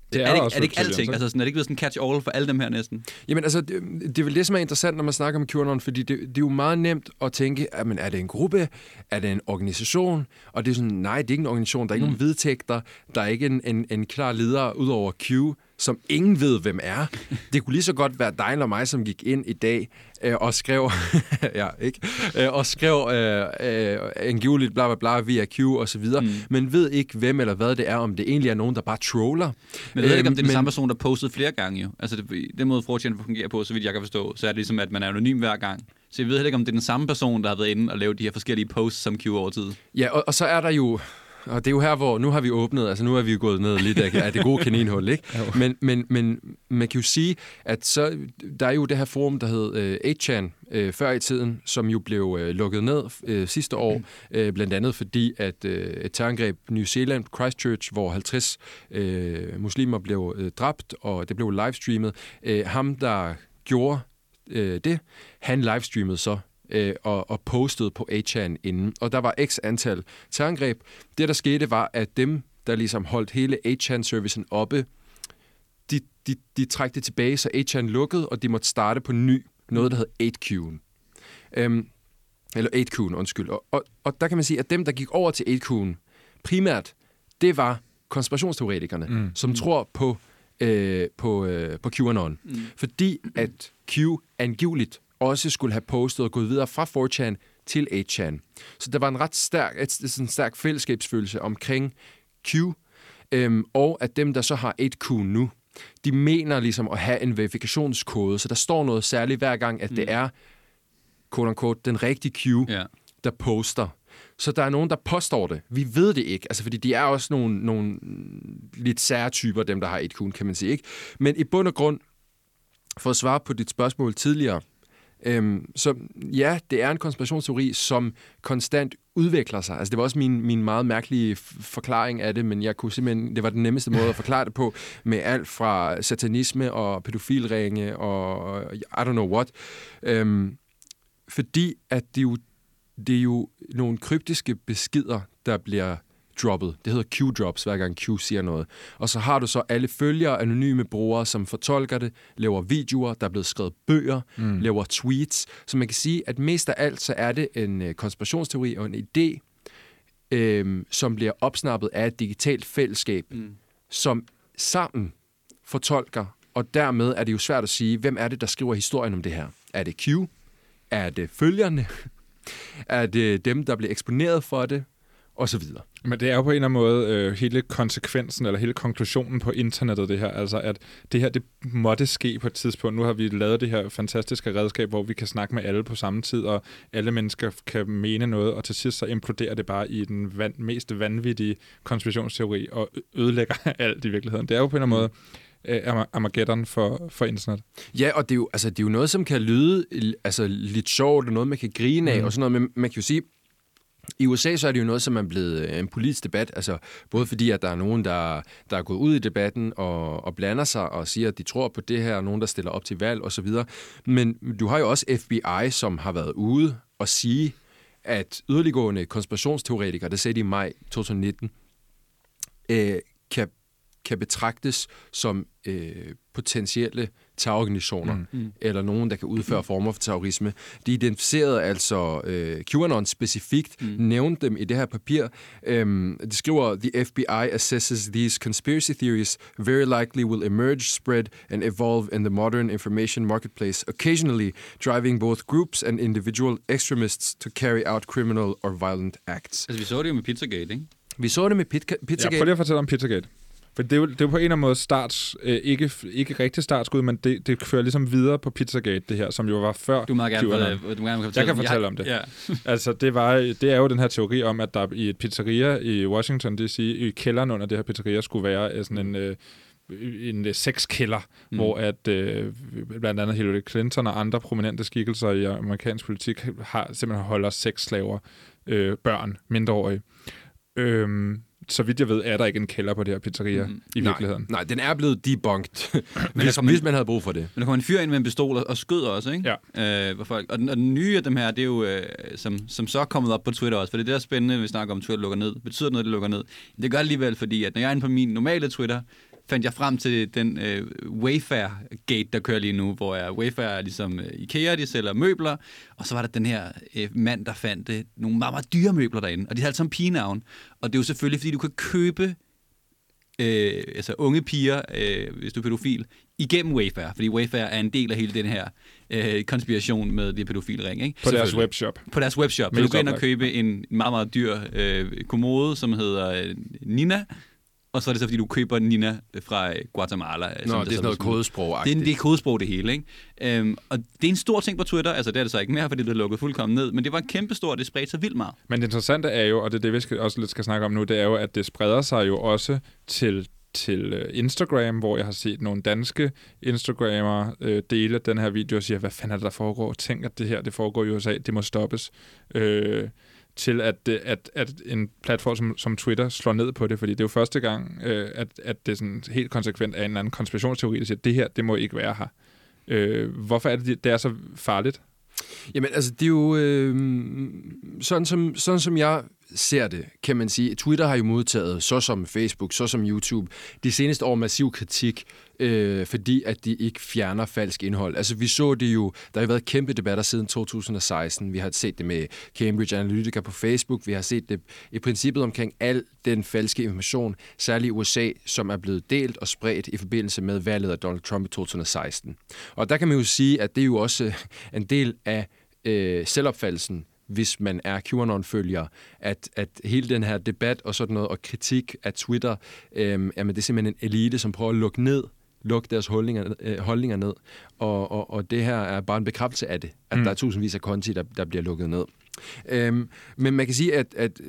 Det er også det ikke reptilians, alting? ikke? Altså, sådan, er det ikke blevet sådan catch-all for alle dem her næsten? Jamen altså, det er vel det, som er interessant, når man snakker om QAnon, fordi det er jo meget nemt at tænke, men er det en gruppe? Er det en organisation? Og det er sådan, nej, det er ikke en organisation. Der er ikke nogen vedtægter. Der er ikke en klar leder ud over Q, som ingen ved, hvem er. Det kunne lige så godt være dig eller mig, som gik ind i dag og skrev, og skrev angiveligt bla bla bla via Q og så videre, men ved ikke, hvem eller hvad det er, om det egentlig er nogen, der bare troller. Men jeg ved ikke, om det er den samme person, der postede flere gange jo. Altså, den måde 4chan fungerer på, så vidt jeg kan forstå, så er det ligesom, at man er anonym hver gang. Så jeg ved heller ikke, om det er den samme person, der har været inde og lavet de her forskellige posts som Q over tid. Ja, og så er der jo... Og det er jo her, hvor nu har vi åbnet, altså nu har vi jo gået ned lidt af det gode kaninhul, ikke? Men man kan jo sige, at så, der er jo det her forum, der hed 8chan før i tiden, som jo blev lukket ned sidste år, blandt andet fordi, at et terrorangreb i New Zealand, Christchurch, hvor 50 muslimer blev dræbt, og det blev livestreamet. Ham, der gjorde det, han livestreamede så og postede på 8chan inden. Og der var x antal terrorangreb. Det, der skete, var, at dem, der ligesom holdt hele 8chan-servicen oppe, de trak det tilbage, så 8chan lukkede, og de måtte starte på ny. Noget, der hed 8Q'en. Eller 8Q'en, undskyld. Og der kan man sige, at dem, der gik over til 8Q'en, primært, det var konspirationsteoretikerne, som tror på QAnon. Fordi at Q angiveligt også skulle have postet og gået videre fra 4chan til 8chan. Så der var en ret stærk fællesskabsfølelse omkring Q, og at dem, der så har 8Q nu, de mener ligesom at have en verifikationskode, så der står noget særligt hver gang, at det er, quote unquote, den rigtige Q, der poster. Så der er nogen, der påstår det. Vi ved det ikke, altså fordi de er også nogle lidt særtyper, dem der har 8Q'en, kan man sige, ikke? Men i bund og grund, for at svare på dit spørgsmål tidligere, så ja, det er en konspirationsteori, som konstant udvikler sig. Altså det var også min meget mærkelige forklaring af det, men jeg kunne simpelthen, det var den nemmeste måde at forklare det på, med alt fra satanisme og pædofilringe og I don't know what. Fordi at det er jo nogle kryptiske beskeder, der bliver droppet. Det hedder Q-drops, hver gang Q siger noget. Og så har du så alle følgere, anonyme brugere, som fortolker det, laver videoer, der er blevet skrevet bøger, laver tweets. Så man kan sige, at mest af alt, så er det en konspirationsteori og en idé, som bliver opsnappet af et digitalt fællesskab, som sammen fortolker, og dermed er det jo svært at sige, hvem er det, der skriver historien om det her? Er det Q? Er det følgerne? Er det dem, der bliver eksponeret for det? Og så videre. Men det er jo på en eller anden måde hele konsekvensen, eller hele konklusionen på internettet, det her. Altså, at det her, det måtte ske på et tidspunkt. Nu har vi lavet det her fantastiske redskab, hvor vi kan snakke med alle på samme tid, og alle mennesker kan mene noget, og til sidst så imploderer det bare i den mest vanvittige konspirationsteori, og ødelægger alt i virkeligheden. Det er jo på en eller anden måde Armageddon for internet. Ja, og det er jo noget, som kan lyde lidt sjovt, og noget, man kan grine af, og sådan noget, men man kan jo sige, i USA så er det jo noget, som er blevet en politisk debat, altså både fordi, at der er nogen, der er gået ud i debatten og blander sig og siger, at de tror på det her, og nogen, der stiller op til valg osv. Men du har jo også FBI, som har været ude og sige, at yderliggående konspirationsteoretikere, det sagde de i maj 2019, kan betragtes som potentielle terrororganisationer, eller nogen, der kan udføre former for terrorisme. De identificerede altså QAnon specifikt, nævnte dem i det her papir. De skriver, the FBI assesses these conspiracy theories very likely will emerge, spread and evolve in the modern information marketplace, occasionally driving both groups and individual extremists to carry out criminal or violent acts. Altså, vi så det jo med Pizzagate, ikke? Vi så det med Pizzagate. Ja, prøv lige at fortælle om Pizzagate. For det er jo på en eller anden måde ikke rigtig startskud, men det fører ligesom videre på Pizzagate, det her, som jo var før. Du må gerne fortælle. Jeg kan fortælle om det. Ja. Altså, det er jo den her teori om, at der i et pizzeria i Washington, DC, i kælderen under det her pizzeria, skulle være sådan en sexkælder, hvor at blandt andet Hillary Clinton og andre prominente skikkelser i amerikansk politik simpelthen holder sexslaver, børn, mindreårige. Så vidt jeg ved, er der ikke en kælder på det her pizzeria i virkeligheden. Nej, den er blevet debunked, hvis man havde brug for det. Men der kom en fyr ind med en pistol og skød også, ikke? Ja. Og den nye af dem her, det er jo, som så er kommet op på Twitter også, for det er det, der er spændende, vi snakker om, Twitter lukker ned. Betyder noget, det lukker ned? Det gør det alligevel, fordi at når jeg er inde på min normale Twitter, fandt jeg frem til den Wayfair-gate, der kører lige nu, hvor Wayfair er ligesom IKEA, de sælger møbler, og så var der den her mand, der fandt nogle meget, meget dyre møbler derinde, og de havde altså en pigenavn. Og det er jo selvfølgelig, fordi du kan købe altså unge piger, hvis du er pædofil, igennem Wayfair, fordi Wayfair er en del af hele den her konspiration med det pædofilring, ikke? På deres webshop. På deres webshop. Så du kan ind og købe en meget, meget dyr kommode, som hedder Nina, og så er det så, fordi du køber Nina fra Guatemala. Nå, det er sådan noget kodesprog-agtigt. Det er kodesprog, det hele, ikke? Og det er en stor ting på Twitter, altså det er det så ikke mere, fordi det er lukket fuldkommen ned, men det var kæmpestort, det spredte sig vildt meget. Men det interessante er jo, og det er det, vi også lidt skal snakke om nu, det er jo, at det spreder sig jo også til Instagram, hvor jeg har set nogle danske Instagrammer dele den her video og siger, hvad fanden er det, der foregår? Tænk, at det her, det foregår i USA, det må stoppes. Til at en platform som Twitter slår ned på det, fordi det er jo første gang, at det sådan helt konsekvent er en eller anden konspirationsteori, der siger, at det her, det må ikke være her. Hvorfor er det er så farligt? Jamen, altså, det er jo sådan som jeg ser det, kan man sige. Twitter har jo modtaget, så som Facebook, så som YouTube, de seneste år massiv kritik, fordi at de ikke fjerner falsk indhold. Altså, vi så det jo, der har været kæmpe debatter siden 2016. Vi har set det med Cambridge Analytica på Facebook. Vi har set det i princippet omkring al den falske information, særligt i USA, som er blevet delt og spredt i forbindelse med valget af Donald Trump i 2016. Og der kan man jo sige, at det er jo også en del af selvopfattelsen, hvis man er QAnon-følger, at hele den her debat og sådan noget, og kritik af Twitter, jamen det er simpelthen en elite, som prøver at lukke deres holdninger ned. Og det her er bare en bekræftelse af det, at der er tusindvis af konti, der bliver lukket ned. Men man kan sige, at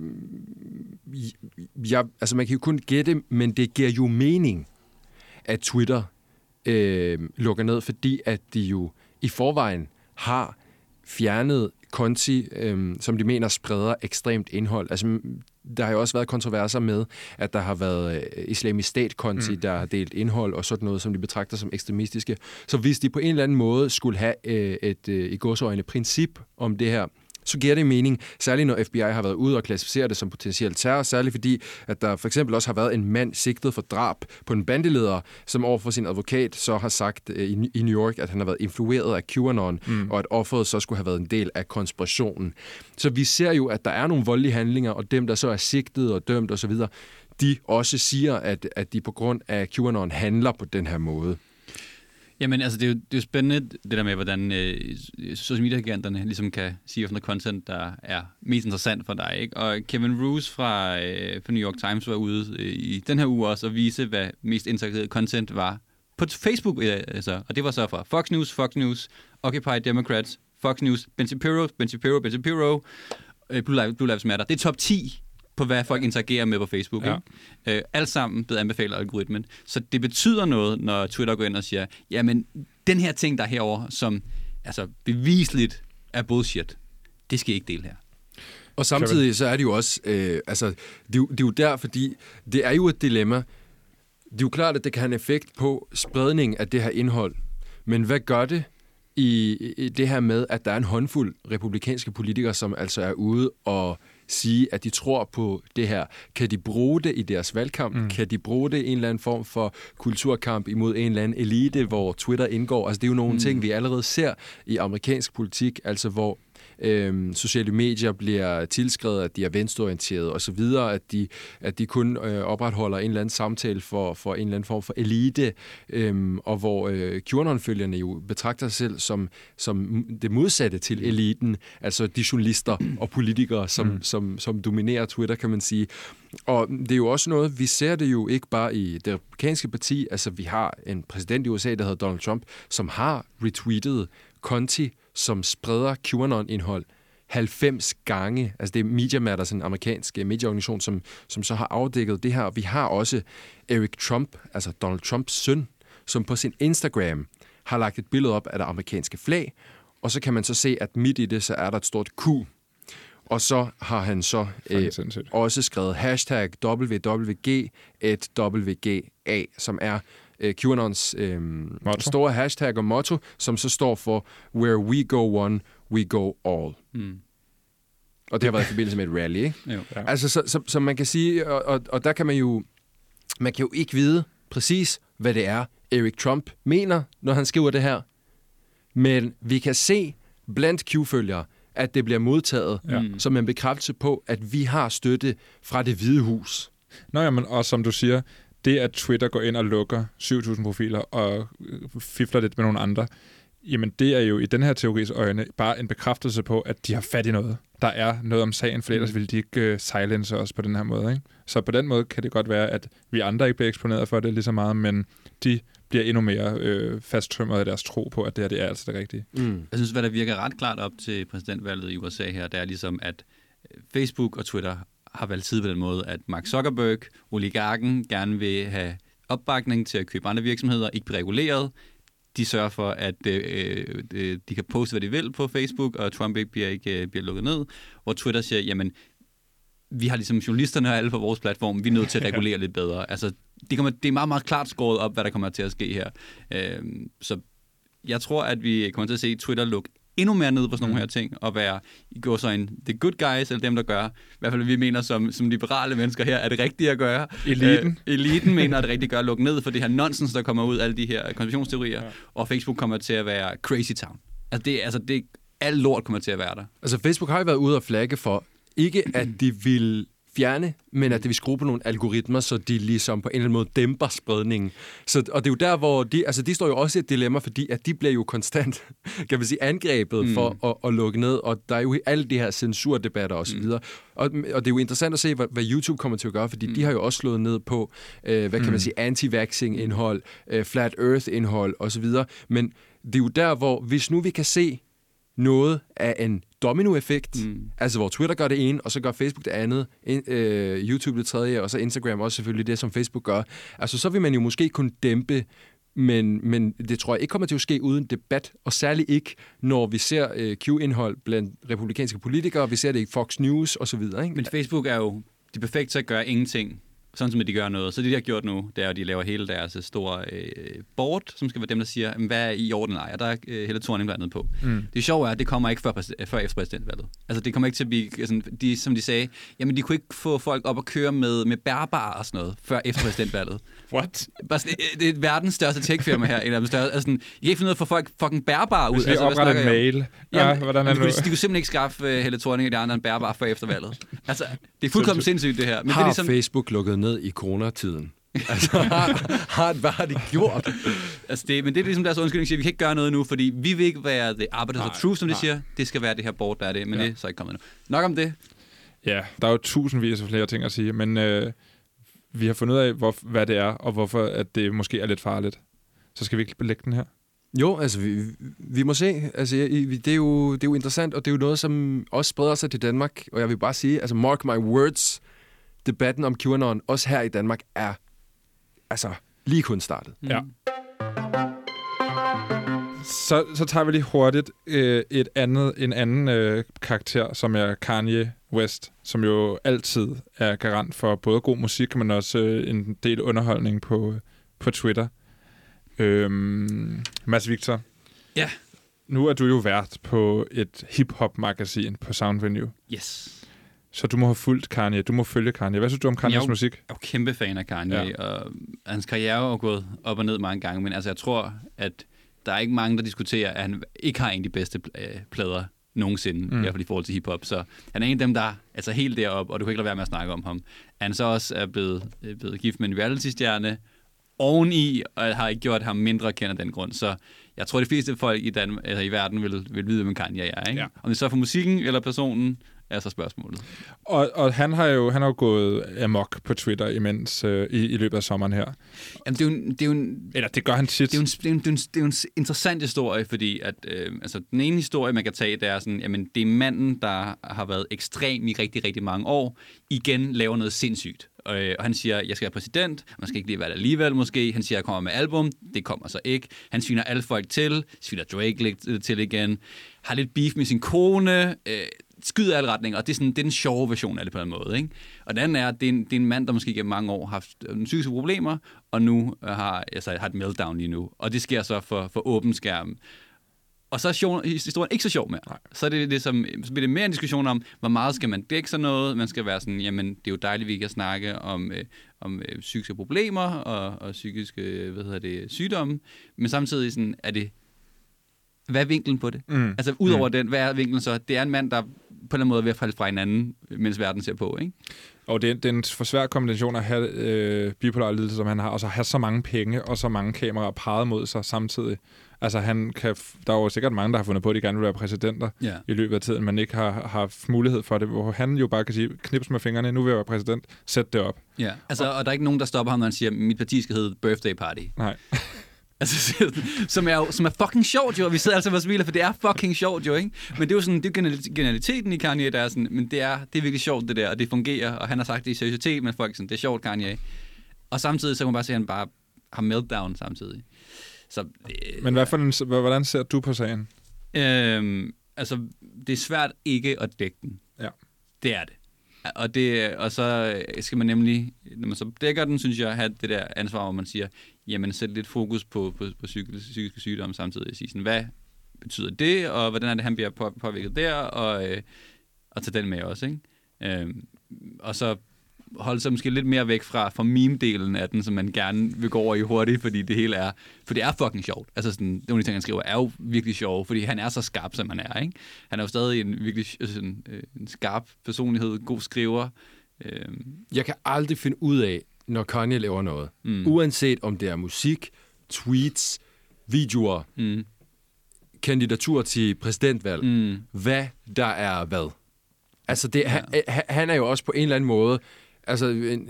altså man kan jo kun gætte, men det giver jo mening, at Twitter lukker ned, fordi at de jo i forvejen har fjernet konti, som de mener spreder ekstremt indhold. Altså, der har jo også været kontroverser med, at der har været Islamisk Stat-konti, der har delt indhold og sådan noget, som de betragter som ekstremistiske. Så hvis de på en eller anden måde skulle have et i gåseøjne princip om det her, så giver det mening, særligt når FBI har været ude og klassificere det som potentiel terror, særligt fordi, at der for eksempel også har været en mand sigtet for drab på en bandeleder, som overfor sin advokat så har sagt i New York, at han har været influeret af QAnon, og at offeret så skulle have været en del af konspirationen. Så vi ser jo, at der er nogle voldelige handlinger, og dem, der så er sigtet og dømt osv., de også siger, at de på grund af QAnon handler på den her måde. Jamen, altså, det er jo spændende, det der med, hvordan social media-giganterne ligesom kan sige, hvilken content, der er mest interessant for dig, ikke? Og Kevin Roose fra New York Times var ude i den her uge også og vise, hvad mest interaktivt content var på Facebook. Altså, og det var så fra Fox News, Occupy Democrats, Fox News, Ben Shapiro, Blue Lives Matter. Det er top 10 på, hvad folk interagerer med på Facebook. Ja. Ikke? Alt sammen blevet anbefalet af algoritmen. Så det betyder noget, når Twitter går ind og siger, jamen, den her ting, der er herovre, som altså bevisligt er bullshit, det skal I ikke dele her. Og samtidig så er det jo også, altså, det er jo der, fordi det er jo et dilemma. Det er jo klart, at det kan have en effekt på spredning af det her indhold. Men hvad gør det i det her med, at der er en håndfuld republikanske politikere, som altså er ude og sige, at de tror på det her. Kan de bruge det i deres valgkamp? Kan de bruge det i en eller anden form for kulturkamp imod en eller anden elite, hvor Twitter indgår? Altså det er jo nogle ting, vi allerede ser i amerikansk politik, altså hvor sociale medier bliver tilskrevet, at de er venstreorienterede og så videre, at de kun opretholder en eller anden samtale for en eller anden form for elite, og hvor QAnon-følgerne jo betragter sig selv som det modsatte til eliten, altså de journalister og politikere, som dominerer Twitter, kan man sige. Og det er jo også noget, vi ser det jo ikke bare i det republikanske parti, altså vi har en præsident i USA, der hedder Donald Trump, som har retweetet konti, som spreder QAnon-indhold 90 gange. Altså det er Media Matters, en amerikansk medieorganisation, som så har afdækket det her. Og vi har også Eric Trump, altså Donald Trumps søn, som på sin Instagram har lagt et billede op af det amerikanske flag, og så kan man så se, at midt i det, så er der et stort Q. Og så har han så også skrevet hashtag WWG1WGA, som er QAnons store hashtag og motto, som så står for Where we go one, we go all. Og det har været i forbindelse med et rally, ikke? Jo, ja. Altså, så man kan sige, og der kan man kan jo ikke vide, præcis, hvad det er, Erik Trump mener, når han skriver det her. Men vi kan se blandt Q-følgere, at det bliver modtaget som en bekræftelse på, at vi har støtte fra Det Hvide Hus. Nå jamen, og som du siger, det at Twitter går ind og lukker 7.000 profiler og fifler lidt med nogle andre, jamen det er jo i den her teoris øjne bare en bekræftelse på, at de har fat i noget. Der er noget om sagen, for ellers ville de ikke silence os på den her måde. Ikke? Så på den måde kan det godt være, at vi andre ikke bliver eksponeret for det lige så meget, men de bliver endnu mere fasttømret i deres tro på, at det her det er altså det rigtige. Jeg synes, hvad der virker ret klart op til præsidentvalget i USA her, det er ligesom, at Facebook og Twitter har valgt side på den måde, at Mark Zuckerberg, oligarken, gerne vil have opbakning til at købe andre virksomheder, ikke blive reguleret. De sørger for, at de kan poste, hvad de vil på Facebook, og Trump ikke bliver lukket ned. Hvor Twitter siger, jamen, vi har ligesom journalisterne og alle på vores platform, vi er nødt til at regulere lidt bedre. Altså, det er meget, meget klart skåret op, hvad der kommer til at ske her. Så jeg tror, at vi kommer til at se Twitter lukke endnu mere ned på sådan nogle her ting, og være i går så en the good guys, eller dem, der gør, i hvert fald vi mener som liberale mennesker her, er det rigtige at gøre. Eliten mener, at det rigtige gør at lukke ned for det her nonsens, der kommer ud, alle de her konspirationsteorier, og Facebook kommer til at være crazy town. Altså, alt lort kommer til at være der. Altså, Facebook har jo været ude og flagge for, ikke at de vil fjerne, men at det vil skrue på nogle algoritmer, så de ligesom på en eller anden måde dæmper spredningen. Og det er jo der, hvor de står jo også i et dilemma, fordi at de bliver jo konstant, kan man sige, angrebet for at lukke ned, og der er jo alle de her censurdebatter osv. Og det er jo interessant at se, hvad YouTube kommer til at gøre, fordi de har jo også slået ned på, hvad kan man sige, anti-vaxxing-indhold, flat earth-indhold osv. Men det er jo der, hvor hvis nu vi kan se noget af en dominoeffekt, altså hvor Twitter gør det ene, og så gør Facebook det andet, YouTube det tredje, og så Instagram også selvfølgelig det, som Facebook gør. Altså så vil man jo måske kunne dæmpe, men det tror jeg ikke kommer til at ske uden debat, og særligt ikke, når vi ser Q-indhold blandt republikanske politikere, vi ser det i Fox News osv. Men Facebook er jo det perfekte til at gøre ingenting, sådan som de gør noget. Så det, de har gjort nu, det er, at de laver hele deres store board, som skal være dem, der siger, hvad er i orden eller ej, og der er hele Thorning blandet på. Det sjove er, at det kommer ikke før efter præsidentvalget. Altså, det kommer ikke til at blive, sådan, som de sagde, jamen, de kunne ikke få folk op at køre med bærbare og sådan noget, før efter præsidentvalget. What? Det er verdens største tech-firma her. En af dem største. Altså, I kan ikke finde ud af at få folk fucking bærbare ud. Hvis vi opretter en mail. Jamen, hvordan er det? De kunne simpelthen ikke skaffe Helle Thorning og de andre en bærbare før efter valget. Altså, det er fuldkommen sindssygt, det her. Men har det er ligesom Facebook lukket ned i coronatiden? Altså, hvad har de gjort? Altså men det er ligesom deres undskyldning, siger, vi kan ikke gøre noget nu, fordi vi vil ikke være the arbiters of truth, som de siger. Det skal være det her board, der er det, men det er så ikke kommet nu. Nok om det. Ja, der er jo tusindvis af flere ting at sige, men vi har fundet ud af, hvad det er, og hvorfor at det måske er lidt farligt. Så skal vi ikke lægge den her? Jo, altså vi må se. Altså, det er jo interessant, og det er jo noget, som også spreder sig til Danmark. Og jeg vil bare sige, altså mark my words, debatten om QAnon, også her i Danmark, er altså lige kun startet. Ja. Så tager vi lige hurtigt en anden karakter, som er Kanye West, som jo altid er garant for både god musik, men også en del underholdning på Twitter. Mads Victor. Ja. Nu er du jo vært på et hip-hop-magasin på Sound Venue. Yes. Så du må have fulgt Kanye. Du må følge Kanye. Hvad synes du om Kanyes musik? Jeg er jo kæmpe fan af Kanye, og hans karriere er gået op og ned mange gange, men altså jeg tror, at der er ikke mange, der diskuterer, at han ikke har en af de bedste plader nogensinde, i hvert fald i forhold til hiphop. Så han er en af dem, der er altså helt deroppe, og du kan ikke lade være med at snakke om ham. Han så også er blevet gift med en reality-stjerne oveni, og har ikke gjort ham mindre kendt af den grund. Så jeg tror, de fleste folk i verden vil vide, hvem Kanye er. Ikke? Ja. Om det så er for musikken eller personen, er så spørgsmålet. Og han har jo gået amok på Twitter imens i løbet af sommeren her. Jamen, det er jo eller det gør han tit. Det er jo en interessant historie, fordi at, altså, den ene historie, man kan tage, det er sådan, jamen, det er manden, der har været ekstrem i rigtig, rigtig mange år, igen laver noget sindssygt. Og han siger, jeg skal være præsident, man skal ikke lige være der alligevel måske. Han siger, jeg kommer med album, det kommer så ikke. Han sviner alle folk til, sviner Drake lidt til igen, har lidt beef med sin kone, skyder alle retninger, og det er den sjove version af det på en måde. Ikke? Og den anden er, at det er en mand, der måske gennem mange år har haft psykiske problemer, og nu har et meltdown lige nu. Og det sker så for åben skærm. Og så er historien ikke så sjov mere. Nej. Så bliver det mere en diskussion om, hvor meget skal man dække sådan noget. Man skal være sådan, jamen, det er jo dejligt, vi kan snakke om psykiske problemer og psykiske, sygdomme. Men samtidig sådan, hvad er vinklen på det? Altså, udover den, hvad er vinklen så? Det er en mand, der på en eller anden måde er ved at falde fra hinanden, mens verden ser på, ikke? Og det er en for svær kombination at have bipolar lidelse, som han har, og så have så mange penge og så mange kameraer peget mod sig samtidig. Altså, der er jo sikkert mange, der har fundet på, at de gerne vil være præsidenter i løbet af tiden, men ikke har haft mulighed for det, hvor han jo bare kan sige, knips med fingrene, nu vil jeg være præsident, sæt det op. Ja, altså, og der er ikke nogen, der stopper ham, når han siger, mit parti skal hedde Birthday Party. Nej. Altså, som er fucking sjovt, jo, og vi sidder altså og smiler, for det er fucking sjovt, jo, ikke? Men det er jo sådan, det er genialiteten i Kanye, der er sådan, men det er virkelig sjovt, det der, og det fungerer, og han har sagt det i seriøsitet, men folk sådan, det er sjovt, Kanye. Og samtidig, så kan man bare se, at han bare har meltdown samtidig. Så, men hvordan ser du på sagen? Altså, det er svært ikke at dække den. Ja. Det er det. Og så skal man nemlig, når man så dækker den, synes jeg, have det der ansvar, hvor man siger, jamen, sæt lidt fokus på psykiske sygdomme samtidig. Sige sådan, hvad betyder det, og hvordan er det, han bliver påvirket der, og tage den med også, ikke? Og så holde sig måske lidt mere væk fra meme-delen af den, som man gerne vil gå over i hurtigt, fordi det hele er... For det er fucking sjovt. Altså sådan, det ting, han skriver, er jo virkelig sjovt, fordi han er så skarp, som han er, ikke? Han er jo stadig en virkelig en skarp personlighed, god skriver. Jeg kan aldrig finde ud af, når Kanye laver noget. Uanset om det er musik, tweets, videoer, kandidatur til præsidentvalg, hvad der er hvad. Altså, han er jo også på en eller anden måde... Altså,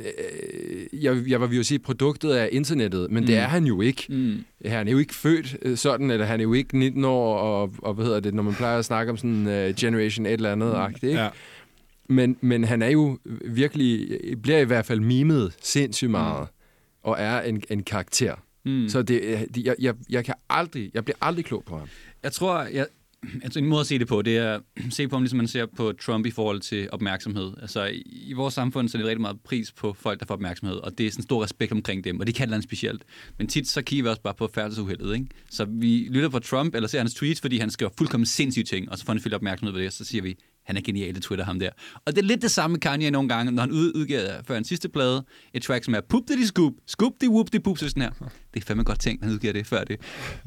jeg vil jo sige, produktet er internettet, men det er han jo ikke. Han er jo ikke født sådan, eller han er jo ikke 19 år, og hvad hedder det, når man plejer at snakke om sådan generation et eller andet, ikke? Ja. Men han er jo virkelig, bliver i hvert fald mimet sindssygt meget, og er en karakter. Så jeg bliver aldrig klog på ham. Jeg tror, altså en måde at se det på, det er at se på ham, ligesom man ser på Trump i forhold til opmærksomhed. Altså i vores samfund, så er det rigtig meget pris på folk, der får opmærksomhed, og det er sådan stor respekt omkring dem, og det kan noget specielt. Men tit så kigger vi også bare på færdselsuheldet, ikke? Så vi lytter på Trump, eller ser hans tweets, fordi han skriver fuldkommen sindssyge ting, og så får han fyldt opmærksomhed ved det, og så siger vi, han er genial i Twitter, ham der. Og det er lidt det samme med Kanye nogle gange, når han udgiver før en sidste plade, et track, som er Poop-de-de-scoop, Scoop-de-whoop-de-poop, så sådan her. Det er fandme godt tænkt, han udgiver det før det.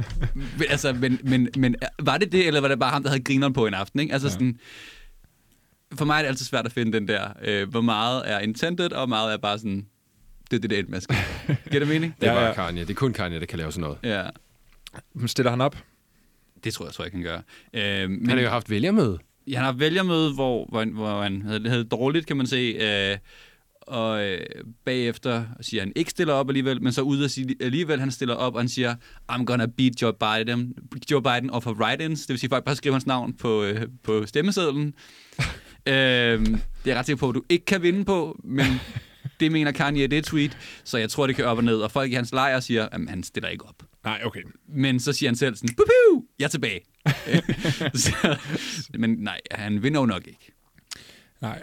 Men var det, eller var det bare ham, der havde grineren på en aften, ikke? Altså sådan, for mig er det altid svært at finde den der, hvor meget er intended, og hvor meget er bare sådan, det er et maske. Giver det mening? Det er bare Kanye. Det er kun Kanye, der kan lave sådan noget. Ja. Stiller han op? Det tror jeg, han gør. Han har jo haft vælgermøde. Ja, han har vælgermøde, hvor han havde dårligt, kan man se, og bagefter siger han ikke stiller op alligevel, men så ud at sige alligevel, han stiller op, og han siger, I'm gonna beat Joe Biden off of write-ins, det vil sige, folk bare skriver hans navn på stemmesedlen. Det er jeg ret sikker på, at du ikke kan vinde på, men det mener Kanye, det er tweet, så jeg tror, det kan op og ned, og folk i hans lejr siger, at han stiller ikke op. Nej, okay. Men så siger han selv sådan, jeg er tilbage. Men nej, han vinder jo nok ikke. Nej.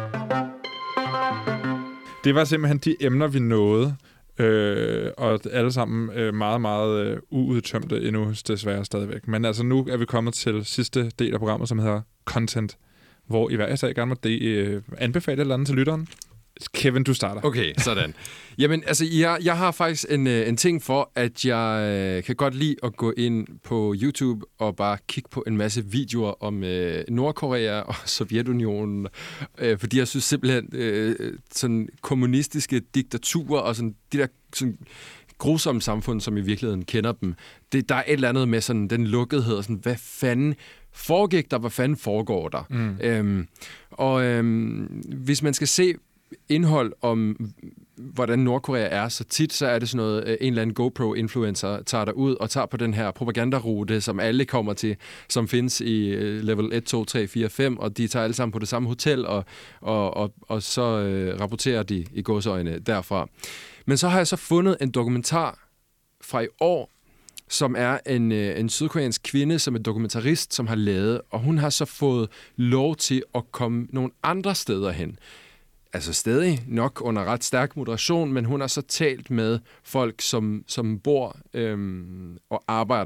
Det var simpelthen de emner, vi nåede. Og alle sammen meget, meget uudtømte endnu, desværre stadigvæk. Men altså nu er vi kommet til sidste del af programmet, som hedder Content, hvor I hver sag gerne må anbefale et eller andet til lytteren. Kevin, du starter. Okay, sådan. Jamen, altså, jeg har faktisk en ting for, at jeg kan godt lide at gå ind på YouTube og bare kigge på en masse videoer om Nordkorea og Sovjetunionen, fordi jeg synes simpelthen, sådan kommunistiske diktaturer og sådan de der sådan grusomme samfund, som i virkeligheden kender dem, der er et eller andet med sådan den lukkethed og sådan, hvad fanden foregik der, hvad fanden foregår der? Hvis man skal se indhold om, hvordan Nordkorea er, så tit så er det sådan noget, en eller anden GoPro-influencer tager der ud og tager på den her propagandarute, som alle kommer til, som findes i level 1, 2, 3, 4, 5, og de tager alle sammen på det samme hotel, og så rapporterer de i gåseøjne derfra. Men så har jeg så fundet en dokumentar fra i år, som er en sydkoreansk kvinde, som er dokumentarist, som har lavet, og hun har så fået lov til at komme nogle andre steder hen. Altså stadig nok under ret stærk moderation, men hun har så talt med folk, som bor og arbejder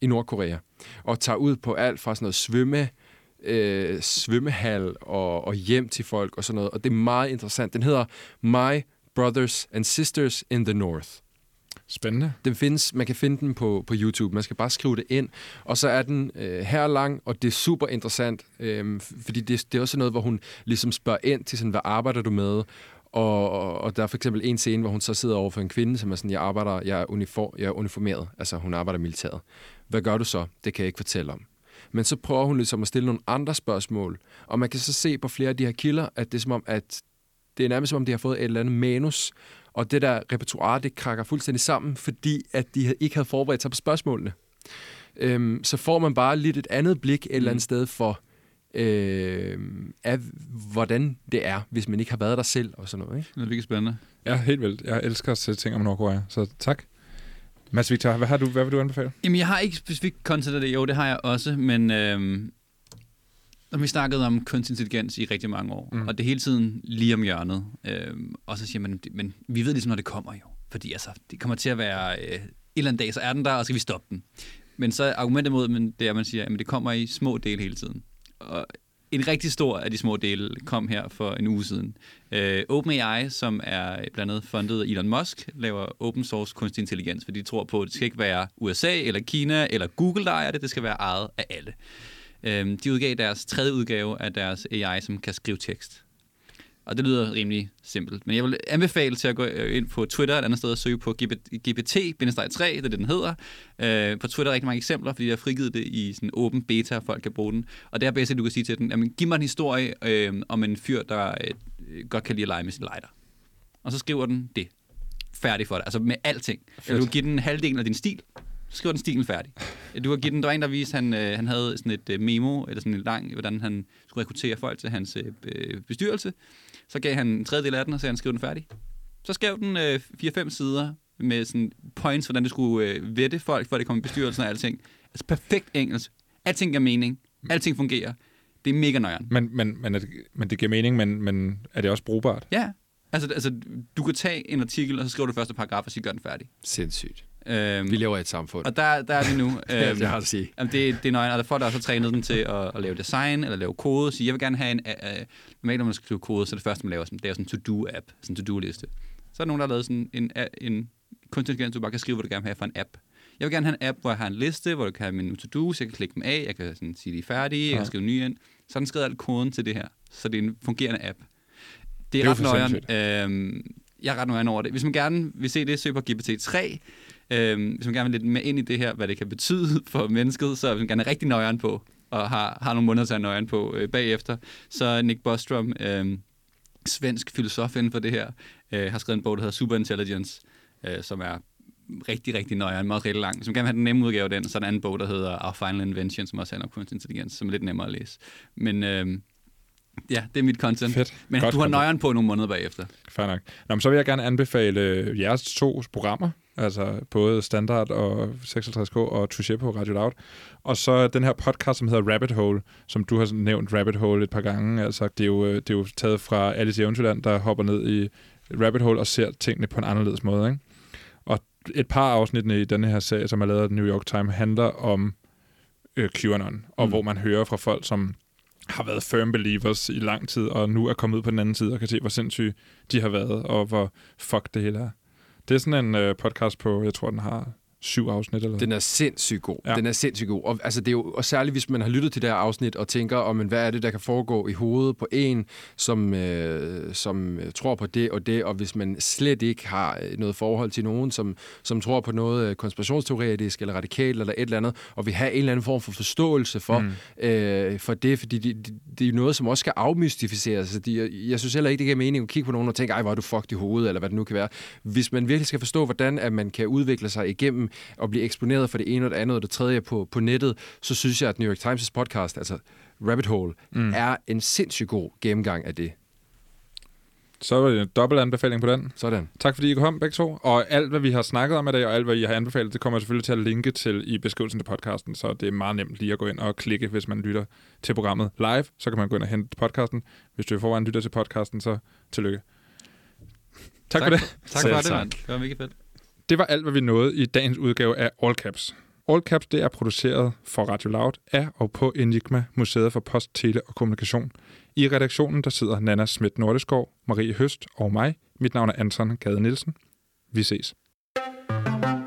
i Nordkorea, og tager ud på alt fra sådan noget svømmehal og hjem til folk og sådan noget. Og det er meget interessant. Den hedder My Brothers and Sisters in the North. Spændende. Den findes, man kan finde den på YouTube. Man skal bare skrive det ind. Og så er den her lang, og det er super interessant, fordi det er også noget, hvor hun ligesom spørger ind til sådan, hvad arbejder du med? Og der er for eksempel en scene, hvor hun så sidder over for en kvinde, som er sådan, jeg er uniformeret. Altså, hun arbejder i militæret. Hvad gør du så? Det kan jeg ikke fortælle om. Men så prøver hun ligesom at stille nogle andre spørgsmål. Og man kan så se på flere af de her kilder, at det er som om, at det er nærmest som om, de har fået et eller andet manus. Og det der repertoire, det krakker fuldstændig sammen, fordi at de ikke havde forberedt sig på spørgsmålene. Så får man bare lidt et andet blik et eller andet sted for, af hvordan det er, hvis man ikke har været der selv og sådan noget. Ikke? Det er virkelig spændende. Ja, helt vildt. Jeg elsker at se ting om Nordkorea, så tak. Mads Victor, hvad vil du anbefale? Jamen, jeg har ikke specifikt content af det. Jo, det har jeg også, men vi snakkede om kunstig intelligens i rigtig mange år, og det er hele tiden lige om hjørnet. Og så siger man, men vi ved ligesom, når det kommer jo. Fordi altså, det kommer til at være en eller anden dag, så er den der, og skal vi stoppe den. Men så er argumentet mod det er, at man siger, at det kommer i små dele hele tiden. Og en rigtig stor af de små dele kom her for en uge siden. OpenAI, som er blandt andet fundet af Elon Musk, laver open source kunstig intelligens, fordi de tror på, at det skal ikke være USA eller Kina eller Google, der ejer det. Det skal være ejet af alle. De udgav deres 3. udgave af deres AI, som kan skrive tekst. Og det lyder rimelig simpelt. Men jeg vil anbefale til at gå ind på Twitter, et andet sted, og søge på GPT-3, det er det, den hedder. På Twitter er rigtig mange eksempler, fordi jeg har frigivet det i sådan åben beta, og folk kan bruge den. Og det er basically, du kan sige til den, jamen, giv mig en historie om en fyr, der godt kan lide at lege med sin lighter. Og så skriver den det. Færdig for dig. Altså med alting. Eller du giver den halvdelen af din stil, så skriver den stilen færdig. Du kan give den, der var en, der viste, han havde sådan et memo, eller sådan en lang, hvordan han skulle rekruttere folk til hans bestyrelse. Så gav han en tredjedel af den, og så han skrev den færdig. Så skrev den 4-5 sider med sådan points, hvordan du skulle vette folk, for at det kom i bestyrelsen og alting. Altså perfekt engelsk. Alting giver mening. Alting fungerer. Det er mega nøjeren. Men det giver mening, men er det også brugbart? Ja. Altså, du kan tage en artikel, og så skriver du første paragraf, og så gør den færdig. Sindssygt. Vi lever i et samfund. Og der er vi nu. Det har at sige. Det er nøjeren, og der får der også trænet den til at lave design, eller lave kode. Så jeg vil gerne have en... normalt, når man skriver kode, så det første, man laver, det er sådan en to-do-app, sådan en to-do-liste. Så er der nogen, der har lavet sådan en kunstig intelligens, du bare kan skrive, hvad du gerne vil have for en app. Jeg vil gerne have en app, hvor jeg har en liste, hvor du kan have mine to-do's, jeg kan klikke dem af, jeg kan sådan sige, de er færdige, jeg kan skrive nye ind. Så har den skrevet alt koden til det her, så det er en fungerende app. Det er ret nøjeren. Jeg er ret nøjeren over det. Hvis man gerne vil se det, søg på GPT-3. Hvis man gerne vil lidt mere ind i det her, hvad det kan betyde for mennesket, så hvis man gerne er rigtig nøjeren på, og har nogle måneder til at nøjeren på bagefter, så Nick Bostrom, svensk filosof inden for det her, har skrevet en bog, der hedder Superintelligence, som er rigtig, rigtig nøjeren, meget rigtig lang. Hvis man gerne vil have den nemme udgave af den, så er der en anden bog, der hedder Our Final Invention, som også handler om kunstig intelligens, som er lidt nemmere at læse. Men ja, det er mit content. Fedt. Men godt du har nøjeren på nogle måneder bagefter. Fair nok. Nå, men så vil jeg gerne anbefale jeres 2 programmer, altså både Standard og 56K og Touché på Radio Loud. Og så den her podcast, som hedder Rabbit Hole, som du har nævnt Rabbit Hole et par gange. Altså, det er jo taget fra Alice i Eventyrland, der hopper ned i Rabbit Hole og ser tingene på en anderledes måde. Ikke? Og et par afsnittene i denne her serie, som er lavet af New York Times, handler om QAnon, og hvor man hører fra folk, som har været firm believers i lang tid, og nu er kommet ud på den anden side og kan se, hvor sindssyge de har været, og hvor fuck det hele er. Det er sådan en podcast på, jeg tror, den har 7 afsnit. Eller den er sindssygt god. Ja. Den er sindssygt god. Og, altså, det er jo og særligt, hvis man har lyttet til det her afsnit og tænker, om hvad er det, der kan foregå i hovedet på en, som tror på det og det, og hvis man slet ikke har noget forhold til nogen, som tror på noget konspirationsteoretisk eller radikalt eller et eller andet, og vil have en eller anden form for forståelse for det, fordi det er noget, som også skal afmystificeres. Jeg synes heller ikke, det giver mening at kigge på nogen og tænke, ej, hvor er du fucked i hovedet, eller hvad det nu kan være. Hvis man virkelig skal forstå, hvordan at man kan udvikle sig igennem og blive eksponeret for det ene og det andet og det tredje på nettet, så synes jeg, at New York Times' podcast, altså Rabbit Hole, er en sindssygt god gennemgang af det. Så var det en dobbelt anbefaling på den. Sådan. Tak fordi I kom begge to. Og alt, hvad vi har snakket om i dag, og alt, hvad I har anbefalet, det kommer jeg selvfølgelig til at linke til i beskrivelsen til podcasten, så det er meget nemt lige at gå ind og klikke, hvis man lytter til programmet live. Så kan man gå ind og hente podcasten. Hvis du i forvejen lytter til podcasten, så tillykke. Tak for det. Tak for det, mand. Det var mega fedt. Det var alt, hvad vi nåede i dagens udgave af All Caps. All Caps det er produceret for Radio Loud af og på Enigma, Museet for Post, Tele og Kommunikation. I redaktionen der sidder Nana Schmidt Nordeskov, Marie Høst og mig. Mit navn er Anton Gade Nielsen. Vi ses.